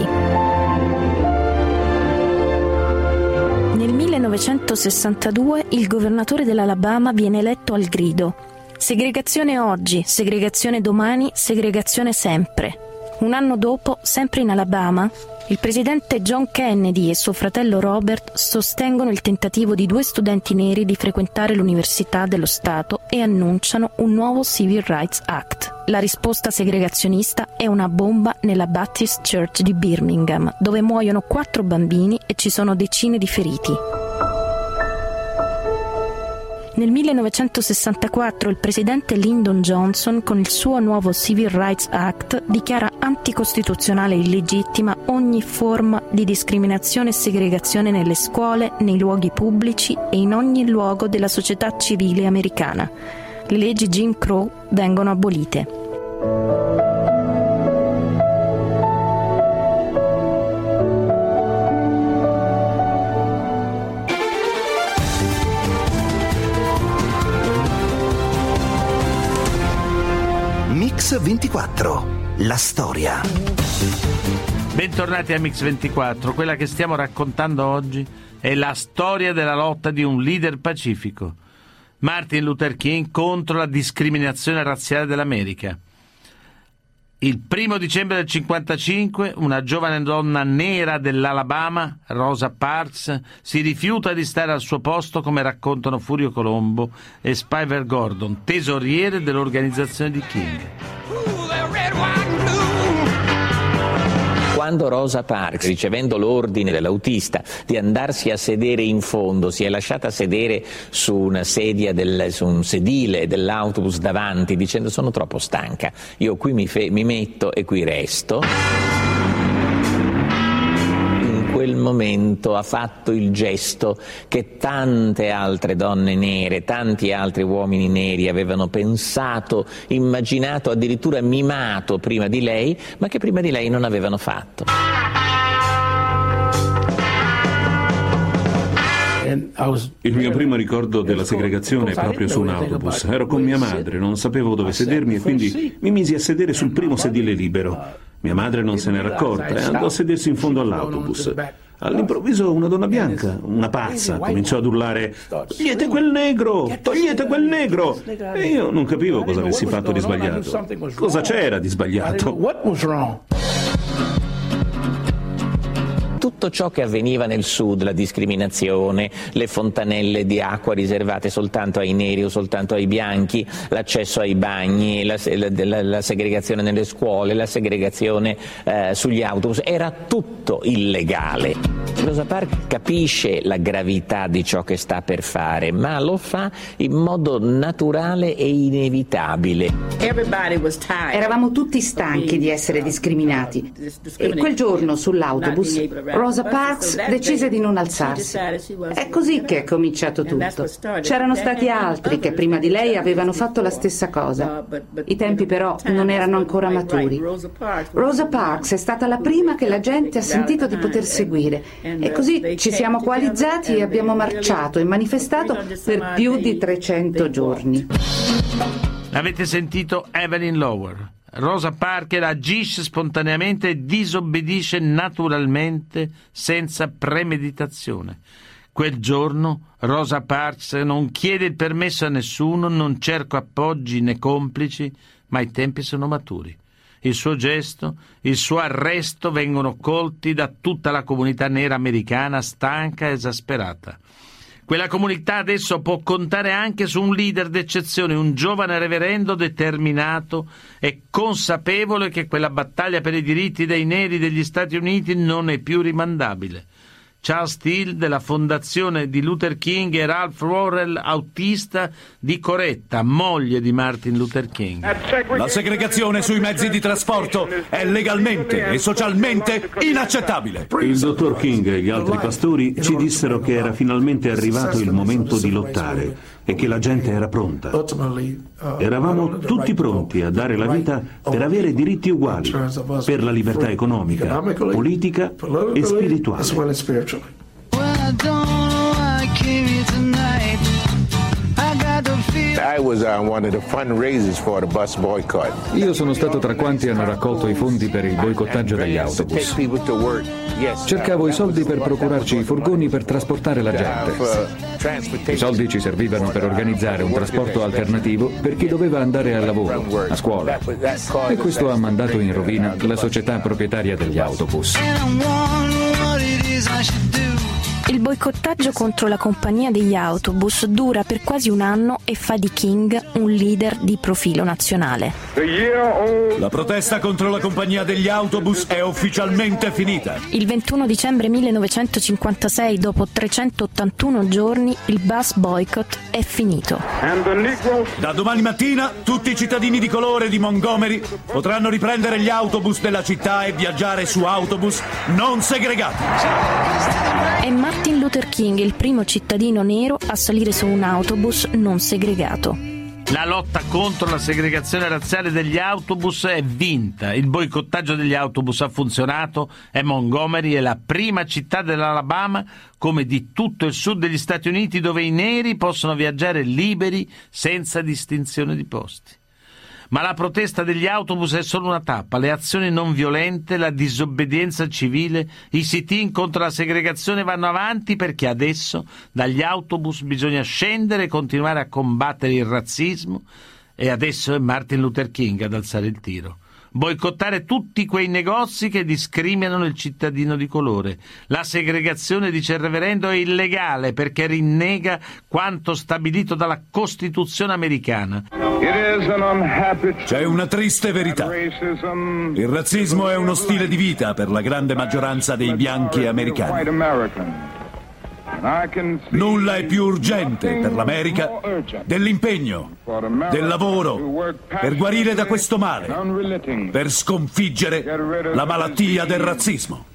Nel millenovecentosessantadue il governatore dell'Alabama viene eletto al grido: segregazione oggi, segregazione domani, segregazione sempre. Un anno dopo, sempre in Alabama, il presidente John Kennedy e suo fratello Robert sostengono il tentativo di due studenti neri di frequentare l'Università dello Stato e annunciano un nuovo Civil Rights Act. La risposta segregazionista è una bomba nella Baptist Church di Birmingham, dove muoiono quattro bambini e ci sono decine di feriti. Nel millenovecentosessantaquattro il presidente Lyndon Johnson, con il suo nuovo Civil Rights Act, dichiara anticostituzionale e illegittima ogni forma di discriminazione e segregazione nelle scuole, nei luoghi pubblici e in ogni luogo della società civile americana. Le leggi Jim Crow vengono abolite. Mix ventiquattro, la storia. Bentornati a Mix ventiquattro. Quella che stiamo raccontando oggi è la storia della lotta di un leader pacifico, Martin Luther King, contro la discriminazione razziale dell'America. Il primo dicembre del cinquantacinque una giovane donna nera dell'Alabama, Rosa Parks, si rifiuta di stare al suo posto, come raccontano Furio Colombo e Spiver Gordon, tesoriere dell'organizzazione di King. Quando Rosa Parks, ricevendo l'ordine dell'autista di andarsi a sedere in fondo, si è lasciata sedere su una sedia, del, su un sedile dell'autobus davanti, dicendo: sono troppo stanca, io qui mi, fe- mi metto e qui resto. In quel momento ha fatto il gesto che tante altre donne nere, tanti altri uomini neri avevano pensato, immaginato, addirittura mimato prima di lei, ma che prima di lei non avevano fatto. Il mio primo ricordo della segregazione è proprio su un autobus. Ero con mia madre, non sapevo dove sedermi e quindi mi misi a sedere sul primo sedile libero. Mia madre non se n'era accorta e andò a sedersi in fondo all'autobus. All'improvviso una donna bianca, una pazza, cominciò ad urlare: togliete quel negro, togliete quel negro! E io non capivo cosa avessi fatto di sbagliato. Cosa c'era di sbagliato? Tutto ciò che avveniva nel sud, la discriminazione, le fontanelle di acqua riservate soltanto ai neri o soltanto ai bianchi, l'accesso ai bagni, la, la, la segregazione nelle scuole, la segregazione eh, sugli autobus, era tutto illegale. Rosa Parks capisce la gravità di ciò che sta per fare, ma lo fa in modo naturale e inevitabile. Eravamo tutti stanchi di essere discriminati e quel giorno sull'autobus Rosa Parks decise di non alzarsi. È così che è cominciato tutto. C'erano stati altri che prima di lei avevano fatto la stessa cosa. I tempi però non erano ancora maturi. Rosa Parks è stata la prima che la gente ha sentito di poter seguire e così ci siamo coalizzati e abbiamo marciato e manifestato per più di trecento giorni. Avete sentito Evelyn Lower. Rosa Parks agisce spontaneamente e disobbedisce naturalmente senza premeditazione. Quel giorno Rosa Parks non chiede il permesso a nessuno, non cerca appoggi né complici, ma i tempi sono maturi. Il suo gesto, il suo arresto vengono colti da tutta la comunità nera americana stanca e esasperata. Quella comunità adesso può contare anche su un leader d'eccezione, un giovane reverendo determinato e consapevole che quella battaglia per i diritti dei neri degli Stati Uniti non è più rimandabile. Charles Steele della fondazione di Luther King e Ralph Worrell, autista di Coretta, moglie di Martin Luther King. La segregazione sui mezzi di trasporto è legalmente e socialmente inaccettabile. Il dottor King e gli altri pastori ci dissero che era finalmente arrivato il momento di lottare e che la gente era pronta. Eravamo tutti pronti a dare la vita per avere diritti uguali, per la libertà economica, politica e spirituale. Io sono stato tra quanti hanno raccolto i fondi per il boicottaggio degli autobus. Cercavo i soldi per procurarci i furgoni per trasportare la gente. I soldi ci servivano per organizzare un trasporto alternativo per chi doveva andare al lavoro, a scuola. E questo ha mandato in rovina la società proprietaria degli autobus. Il boicottaggio contro la compagnia degli autobus dura per quasi un anno e fa di King un leader di profilo nazionale. La protesta contro la compagnia degli autobus è ufficialmente finita. Il ventuno dicembre millenovecentocinquantasei, dopo trecentottantuno giorni, il bus boycott è finito. Da domani mattina tutti i cittadini di colore di Montgomery potranno riprendere gli autobus della città e viaggiare su autobus non segregati. È Martin Luther King il primo cittadino nero a salire su un autobus non segregato. La lotta contro la segregazione razziale degli autobus è vinta. Il boicottaggio degli autobus ha funzionato e Montgomery è la prima città dell'Alabama, come di tutto il sud degli Stati Uniti, dove i neri possono viaggiare liberi senza distinzione di posti. Ma la protesta degli autobus è solo una tappa. Le azioni non violente, la disobbedienza civile, i sit-in contro la segregazione vanno avanti, perché adesso dagli autobus bisogna scendere e continuare a combattere il razzismo, e adesso è Martin Luther King ad alzare il tiro. Boicottare tutti quei negozi che discriminano il cittadino di colore. La segregazione, dice il reverendo, è illegale perché rinnega quanto stabilito dalla Costituzione americana. C'è una triste verità. Il razzismo è uno stile di vita per la grande maggioranza dei bianchi americani. Nulla è più urgente per l'America dell'impegno, del lavoro, per guarire da questo male, per sconfiggere la malattia del razzismo.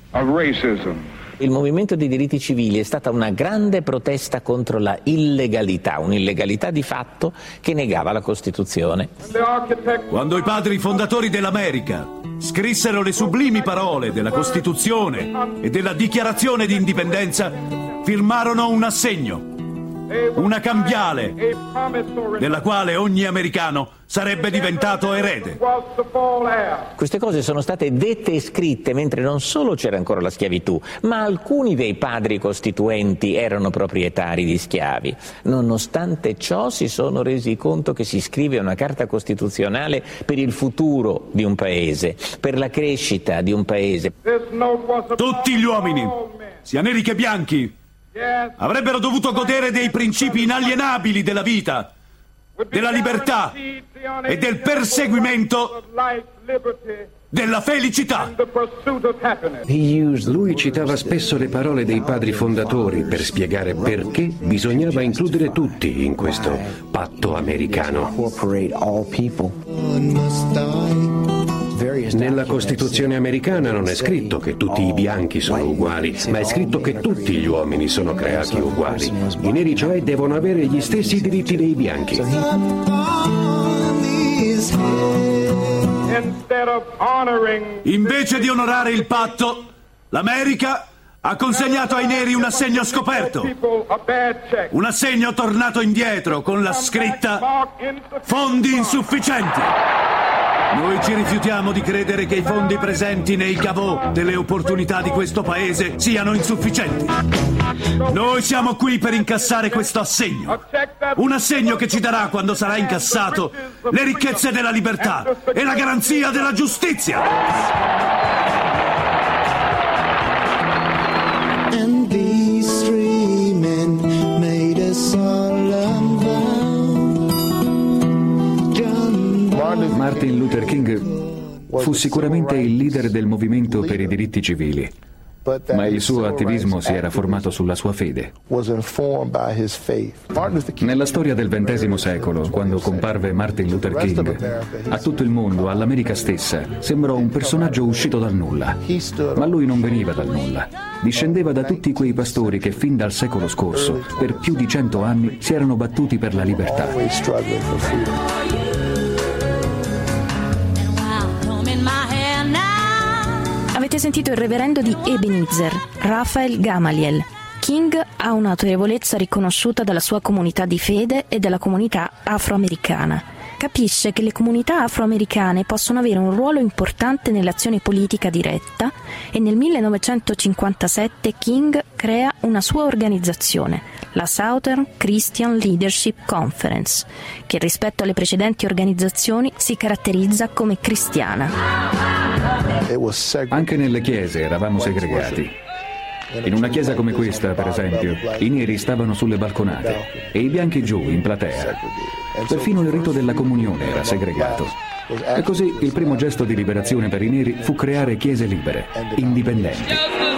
Il movimento dei diritti civili è stata una grande protesta contro la illegalità, un'illegalità di fatto che negava la Costituzione. Quando i padri fondatori dell'America scrissero le sublimi parole della Costituzione e della Dichiarazione di Indipendenza, firmarono un assegno, una cambiale, della quale ogni americano sarebbe diventato erede. Queste cose sono state dette e scritte mentre non solo c'era ancora la schiavitù, ma alcuni dei padri costituenti erano proprietari di schiavi. Nonostante ciò si sono resi conto che si scrive una carta costituzionale per il futuro di un paese, per la crescita di un paese. Tutti gli uomini, sia neri che bianchi, avrebbero dovuto godere dei principi inalienabili della vita, della libertà e del perseguimento della felicità. Lui citava spesso le parole dei padri fondatori per spiegare perché bisognava includere tutti in questo patto americano. Nella Costituzione americana non è scritto che tutti i bianchi sono uguali, ma è scritto che tutti gli uomini sono creati uguali. I neri, cioè, devono avere gli stessi diritti dei bianchi. Invece di onorare il patto, l'America ha consegnato ai neri un assegno scoperto, un assegno tornato indietro con la scritta fondi insufficienti. Noi ci rifiutiamo di credere che i fondi presenti nei caveau delle opportunità di questo paese siano insufficienti. Noi siamo qui per incassare questo assegno, un assegno che ci darà, quando sarà incassato, le ricchezze della libertà e la garanzia della giustizia. Martin Luther King fu sicuramente il leader del movimento per i diritti civili, ma il suo attivismo si era formato sulla sua fede. Nella storia del ventesimo secolo, quando comparve Martin Luther King, a tutto il mondo, all'America stessa, sembrò un personaggio uscito dal nulla. Ma lui non veniva dal nulla. Discendeva da tutti quei pastori che fin dal secolo scorso, per più di cento anni, si erano battuti per la libertà. Avete sentito il reverendo di Ebenezer, Raphael Gamaliel. King ha un'autorevolezza riconosciuta dalla sua comunità di fede e dalla comunità afroamericana. Capisce che le comunità afroamericane possono avere un ruolo importante nell'azione politica diretta e nel millenovecentocinquantasette King crea una sua organizzazione, la Southern Christian Leadership Conference, che rispetto alle precedenti organizzazioni si caratterizza come cristiana. Anche nelle chiese eravamo segregati. In una chiesa come questa, per esempio, i neri stavano sulle balconate e i bianchi giù, in platea. Perfino il rito della comunione era segregato. E così il primo gesto di liberazione per i neri fu creare chiese libere, indipendenti.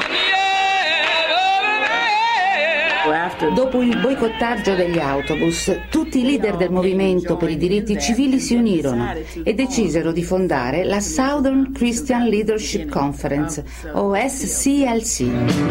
Dopo il boicottaggio degli autobus, tutti i leader del movimento per i diritti civili si unirono e decisero di fondare la Southern Christian Leadership Conference, o S C L C.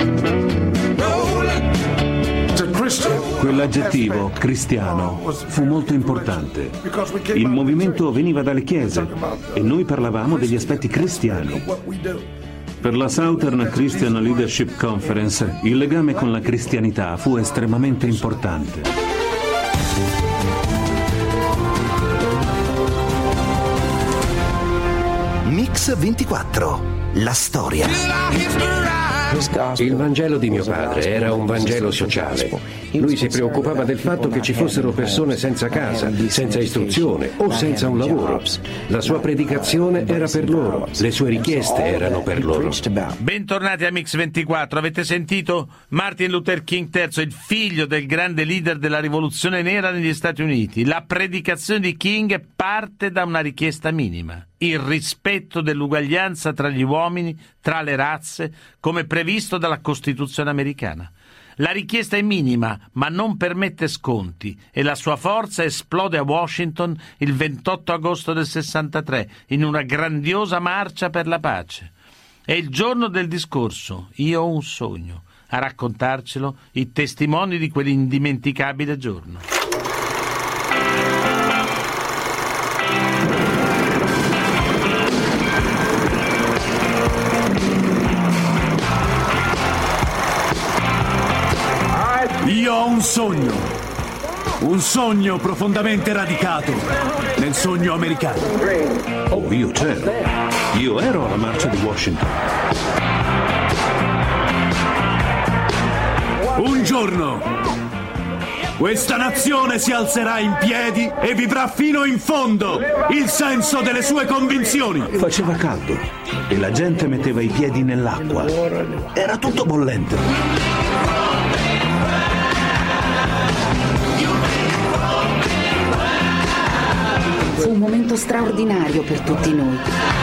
Quell'aggettivo, cristiano, fu molto importante. Il movimento veniva dalle chiese e noi parlavamo degli aspetti cristiani. Per la Southern Christian Leadership Conference il legame con la cristianità fu estremamente importante. Mix ventiquattro, la storia. Il Vangelo di mio padre era un Vangelo sociale. Lui si preoccupava del fatto che ci fossero persone senza casa, senza istruzione o senza un lavoro. La sua predicazione era per loro, le sue richieste erano per loro. Bentornati a Mix ventiquattro. Avete sentito Martin Luther King terzo, il figlio del grande leader della rivoluzione nera negli Stati Uniti. La predicazione di King parte da una richiesta minima: il rispetto dell'uguaglianza tra gli uomini, tra le razze, come previsto dalla Costituzione americana. La richiesta è minima, ma non permette sconti, e la sua forza esplode a Washington il ventotto agosto del sessantatré in una grandiosa marcia per la pace. È il giorno del discorso "Io ho un sogno", a raccontarcelo i testimoni di quell'indimenticabile giorno. Io ho un sogno, un sogno profondamente radicato nel sogno americano. Oh, io c'ero. Io ero alla marcia di Washington. Un giorno questa nazione si alzerà in piedi e vivrà fino in fondo il senso delle sue convinzioni. Faceva caldo e la gente metteva i piedi nell'acqua. Era tutto bollente. Fu un momento straordinario per tutti noi.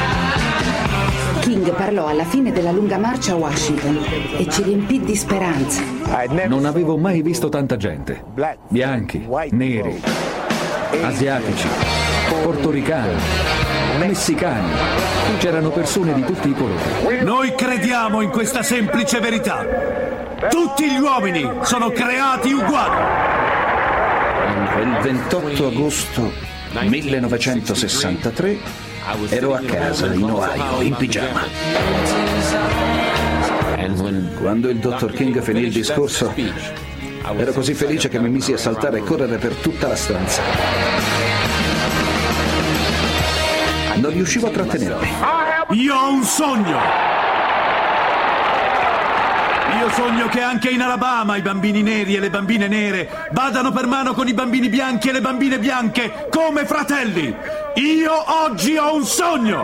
King parlò alla fine della lunga marcia a Washington e ci riempì di speranza. Non avevo mai visto tanta gente. Bianchi, neri, asiatici, portoricani, messicani. C'erano persone di tutti i colori. Noi crediamo in questa semplice verità. Tutti gli uomini sono creati uguali. Il ventotto agosto millenovecentosessantatré ero a casa in Ohio, in pigiama. Quando il dottor King finì il discorso, ero così felice che mi misi a saltare e correre per tutta la stanza. Non riuscivo a trattenermi. Io ho un sogno! Io sogno che anche in Alabama i bambini neri e le bambine nere vadano per mano con i bambini bianchi e le bambine bianche come fratelli. Io oggi ho un sogno!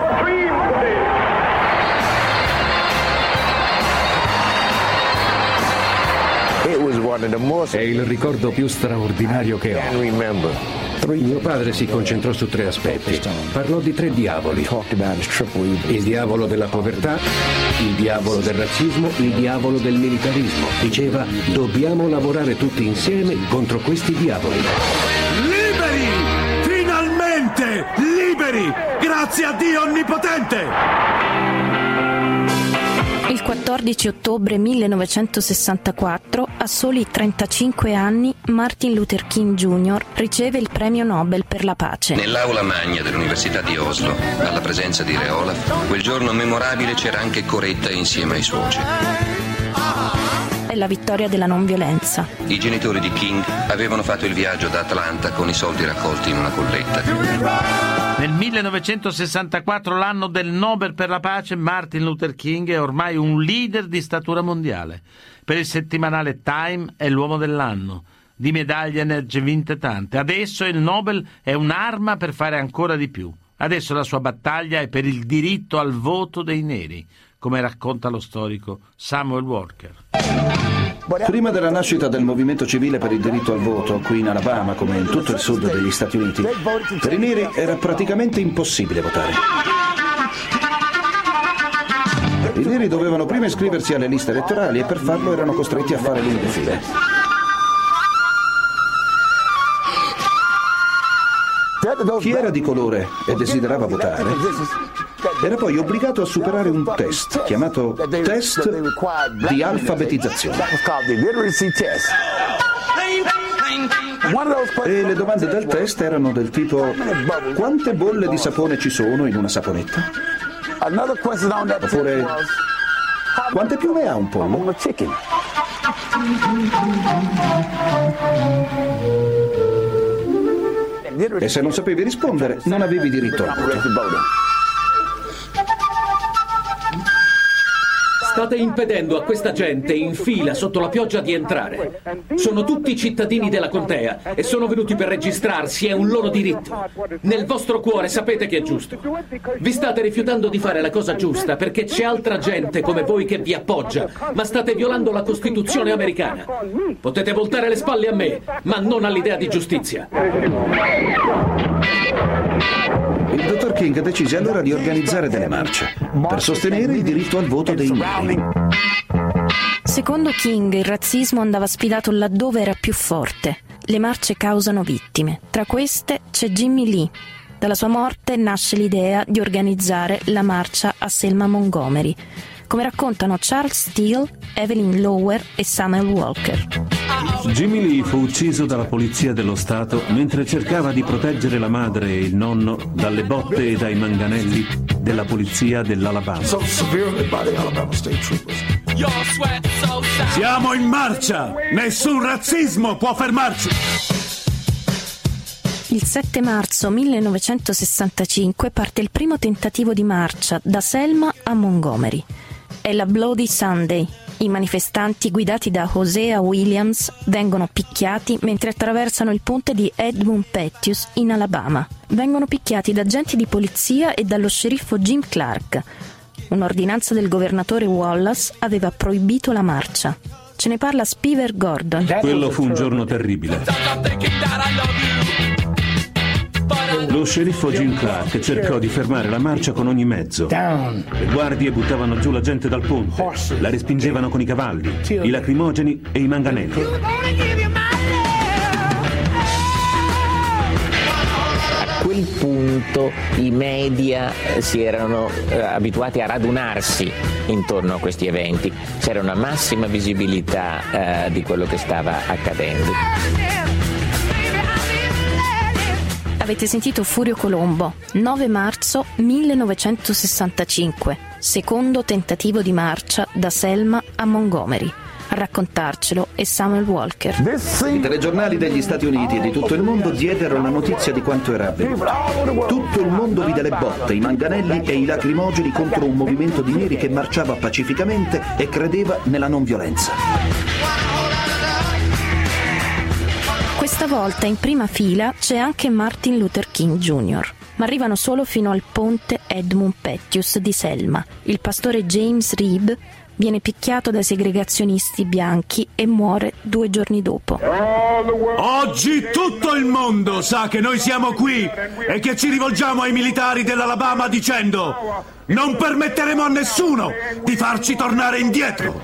È il ricordo più straordinario che ho. Mio padre si concentrò su tre aspetti. Parlò di tre diavoli. Il diavolo della povertà, il diavolo del razzismo, il diavolo del militarismo. Diceva, dobbiamo lavorare tutti insieme contro questi diavoli. Liberi! Finalmente! Liberi! Grazie a Dio Onnipotente! Il quattordici ottobre millenovecentosessantaquattro, a soli trentacinque anni, Martin Luther King Junior riceve il premio Nobel per la pace. Nell'aula magna dell'Università di Oslo, alla presenza di Re Olaf, quel giorno memorabile c'era anche Coretta insieme ai suoceri. È la vittoria della non violenza. I genitori di King avevano fatto il viaggio da Atlanta con i soldi raccolti in una colletta. Nel millenovecentosessantaquattro, l'anno del Nobel per la pace, Martin Luther King è ormai un leader di statura mondiale. Per il settimanale Time è l'uomo dell'anno. Di medaglie ne ha vinte tante. Adesso il Nobel è un'arma per fare ancora di più. Adesso la sua battaglia è per il diritto al voto dei neri, come racconta lo storico Samuel Walker. Prima della nascita del movimento civile per il diritto al voto, qui in Alabama come in tutto il sud degli Stati Uniti, per i neri era praticamente impossibile votare. I neri dovevano prima iscriversi alle liste elettorali e per farlo erano costretti a fare lunghe file. Chi era di colore e desiderava votare era poi obbligato a superare un test chiamato test di alfabetizzazione. E le domande del test erano del tipo: quante bolle di sapone ci sono in una saponetta? Oppure quante piume ha un pollo? E se non sapevi rispondere, non avevi diritto al voto. State impedendo a questa gente in fila sotto la pioggia di entrare. Sono tutti cittadini della contea e sono venuti per registrarsi, è un loro diritto. Nel vostro cuore sapete che è giusto. Vi state rifiutando di fare la cosa giusta perché c'è altra gente come voi che vi appoggia, ma state violando la Costituzione americana. Potete voltare le spalle a me, ma non all'idea di giustizia. Il dottor King decise allora di organizzare delle marce per sostenere il diritto al voto dei neri. Secondo King, il razzismo andava sfidato laddove era più forte. Le marce causano vittime. Tra queste c'è Jimmy Lee. Dalla sua morte nasce l'idea di organizzare la marcia a Selma Montgomery, come raccontano Charles Steele, Evelyn Lower e Samuel Walker. Jimmy Lee fu ucciso dalla polizia dello Stato mentre cercava di proteggere la madre e il nonno dalle botte e dai manganelli della polizia dell'Alabama. Siamo in marcia! Nessun razzismo può fermarci! Il sette marzo millenovecentosessantacinque parte il primo tentativo di marcia da Selma a Montgomery. È la Bloody Sunday. I manifestanti, guidati da Hosea Williams, vengono picchiati mentre attraversano il ponte di Edmund Pettus in Alabama. Vengono picchiati da agenti di polizia e dallo sceriffo Jim Clark. Un'ordinanza del governatore Wallace aveva proibito la marcia. Ce ne parla Spiver Gordon. Quello fu un giorno terribile. Lo sceriffo Jim Clark cercò di fermare la marcia con ogni mezzo. Le guardie buttavano giù la gente dal ponte, la respingevano con i cavalli, i lacrimogeni e i manganelli. quel punto i media si erano eh, abituati a radunarsi intorno a questi eventi, c'era una massima visibilità eh, di quello che stava accadendo. Avete sentito Furio Colombo, nove marzo millenovecentosessantacinque, secondo tentativo di marcia da Selma a Montgomery. A raccontarcelo è Samuel Walker. I telegiornali degli Stati Uniti e di tutto il mondo diedero la notizia di quanto era avvenuto. Tutto il mondo vide le botte, i manganelli e i lacrimogeni contro un movimento di neri che marciava pacificamente e credeva nella non violenza. Questa volta in prima fila c'è anche Martin Luther King Junior, ma arrivano solo fino al ponte Edmund Pettus di Selma. Il pastore James Reeb viene picchiato dai segregazionisti bianchi e muore due giorni dopo. Oggi tutto il mondo sa che noi siamo qui e che ci rivolgiamo ai militari dell'Alabama dicendo: non permetteremo a nessuno di farci tornare indietro.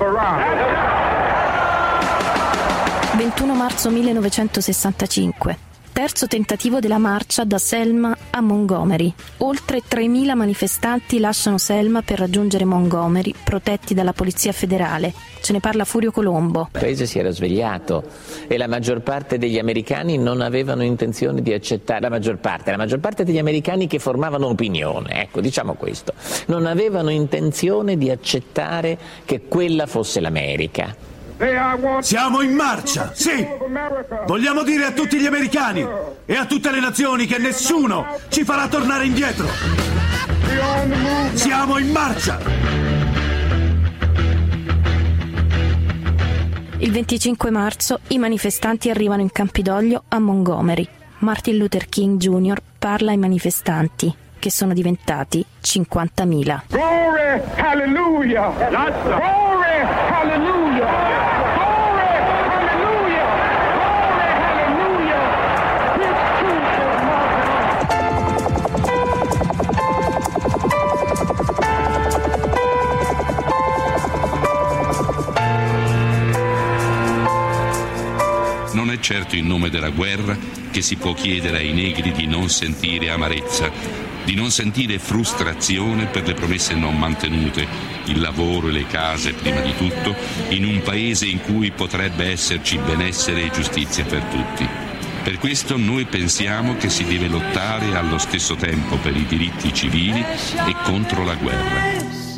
ventuno marzo millenovecentosessantacinque. Terzo tentativo della marcia da Selma a Montgomery. Oltre tremila manifestanti lasciano Selma per raggiungere Montgomery, protetti dalla Polizia Federale. Ce ne parla Furio Colombo. Il paese si era svegliato e la maggior parte degli americani non avevano intenzione di accettare, la maggior parte, la maggior parte degli americani che formavano opinione, ecco, diciamo questo, non avevano intenzione di accettare che quella fosse l'America. Siamo in marcia, sì! Vogliamo dire a tutti gli americani e a tutte le nazioni che nessuno ci farà tornare indietro! Siamo in marcia! Il venticinque marzo i manifestanti arrivano in Campidoglio a Montgomery. Martin Luther King Junior parla ai manifestanti, che sono diventati cinquantamila. Glory, hallelujah! Glory, hallelujah! Non è certo in nome della guerra che si può chiedere ai negri di non sentire amarezza, di non sentire frustrazione per le promesse non mantenute, il lavoro e le case prima di tutto, in un paese in cui potrebbe esserci benessere e giustizia per tutti. Per questo noi pensiamo che si deve lottare allo stesso tempo per i diritti civili e contro la guerra.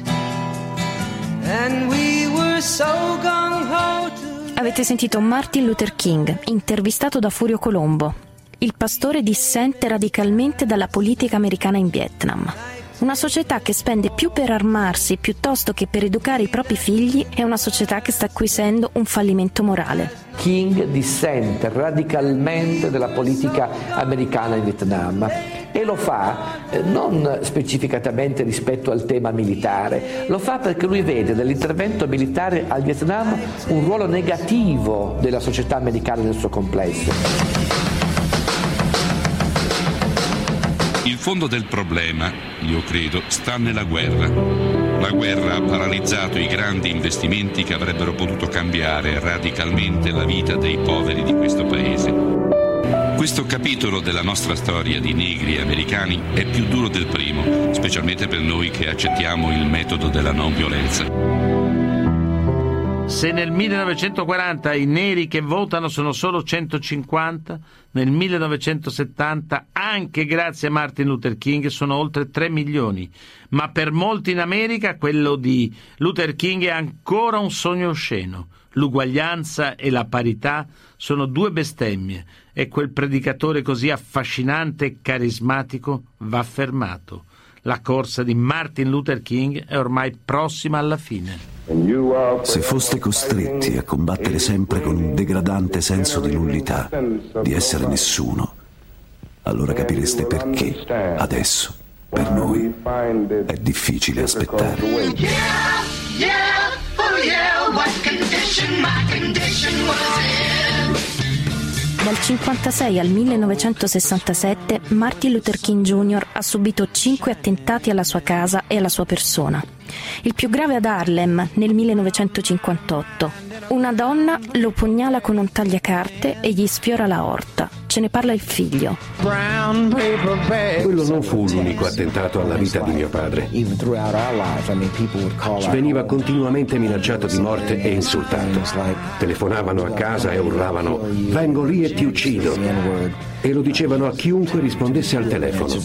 Avete sentito Martin Luther King, intervistato da Furio Colombo. Il pastore dissente radicalmente dalla politica americana in Vietnam. Una società che spende più per armarsi piuttosto che per educare i propri figli è una società che sta acquisendo un fallimento morale. King dissente radicalmente dalla politica americana in Vietnam e lo fa eh, non specificatamente rispetto al tema militare, lo fa perché lui vede nell'intervento militare al Vietnam un ruolo negativo della società americana nel suo complesso. Il fondo del problema, io credo, sta nella guerra. La guerra ha paralizzato i grandi investimenti che avrebbero potuto cambiare radicalmente la vita dei poveri di questo paese. Questo capitolo della nostra storia di negri americani è più duro del primo, specialmente per noi che accettiamo il metodo della non violenza. Se nel millenovecentoquaranta i neri che votano sono solo centocinquanta, nel millenovecentosettanta, anche grazie a Martin Luther King, sono oltre tre milioni. Ma per molti in America quello di Luther King è ancora un sogno osceno. L'uguaglianza e la parità sono due bestemmie e quel predicatore così affascinante e carismatico va fermato. La corsa di Martin Luther King è ormai prossima alla fine. Se foste costretti a combattere sempre con un degradante senso di nullità, di essere nessuno, allora capireste perché adesso, per noi, è difficile aspettare. Dal cinquantasei al millenovecentosessantasette Martin Luther King Junior ha subito cinque attentati alla sua casa e alla sua persona. Il più grave ad Harlem nel millenovecentocinquantotto. Una donna lo pugnala con un tagliacarte e gli sfiora l'aorta. ce ne parla il figlio. Quello non fu l'unico attentato alla vita di mio padre. Veniva continuamente minacciato di morte e insultato. Telefonavano a casa e urlavano: vengo lì e ti uccido. E lo dicevano a chiunque rispondesse al telefono.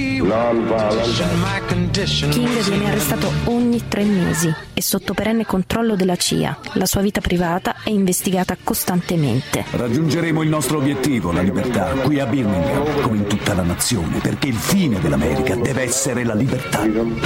King viene arrestato ogni tre mesi e sotto perenne controllo della C I A. La sua vita privata è investigata costantemente. Raggiungeremo il nostro obiettivo, la libertà, qui a Birmingham, come in tutta la nazione, perché il fine dell'America deve essere la libertà.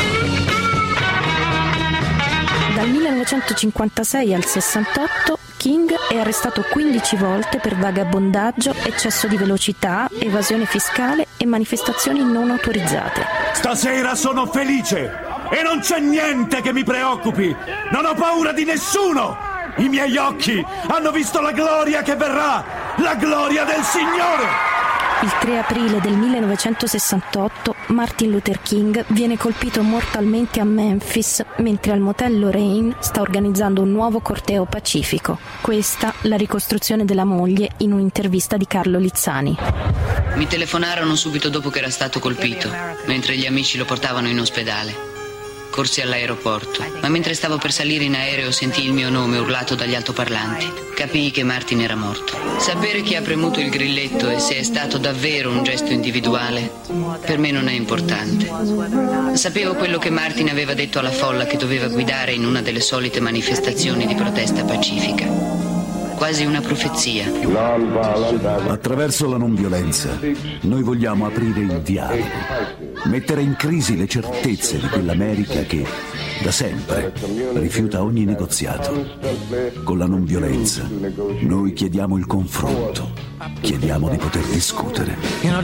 Dal millenovecentocinquantasei al sessantotto King è arrestato quindici volte per vagabondaggio, eccesso di velocità, evasione fiscale e manifestazioni non autorizzate. Stasera sono felice e non c'è niente che mi preoccupi. Non ho paura di nessuno. I miei occhi hanno visto la gloria che verrà, la gloria del Signore. Il tre aprile del millenovecentosessantotto Martin Luther King viene colpito mortalmente a Memphis mentre al motel Lorraine sta organizzando un nuovo corteo pacifico. Questa la ricostruzione della moglie in un'intervista di Carlo Lizzani. Mi telefonarono subito dopo che era stato colpito, mentre gli amici lo portavano in ospedale. Corsi all'aeroporto, ma mentre stavo per salire in aereo sentii il mio nome urlato dagli altoparlanti. Capii che Martin era morto. Sapere chi ha premuto il grilletto e se è stato davvero un gesto individuale, per me non è importante. Sapevo quello che Martin aveva detto alla folla che doveva guidare in una delle solite manifestazioni di protesta pacifica. Quasi una profezia. Attraverso la non violenza noi vogliamo aprire il dialogo, mettere in crisi le certezze di quell'America che da sempre rifiuta ogni negoziato. Con la non violenza noi chiediamo il confronto, chiediamo di poter discutere.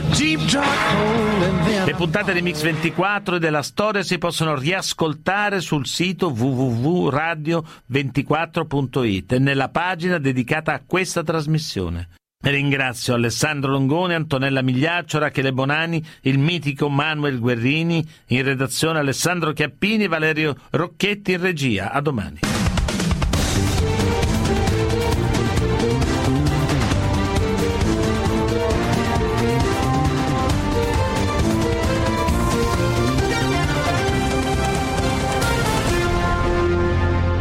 Le puntate di Mix ventiquattro e della storia si possono riascoltare sul sito w w w punto radio ventiquattro punto it e nella pagina dedicata a questa trasmissione. Ringrazio Alessandro Longone, Antonella Migliaccio, Rachele Bonani, il mitico Manuel Guerrini, in redazione Alessandro Chiappini e Valerio Rocchetti in regia. A domani.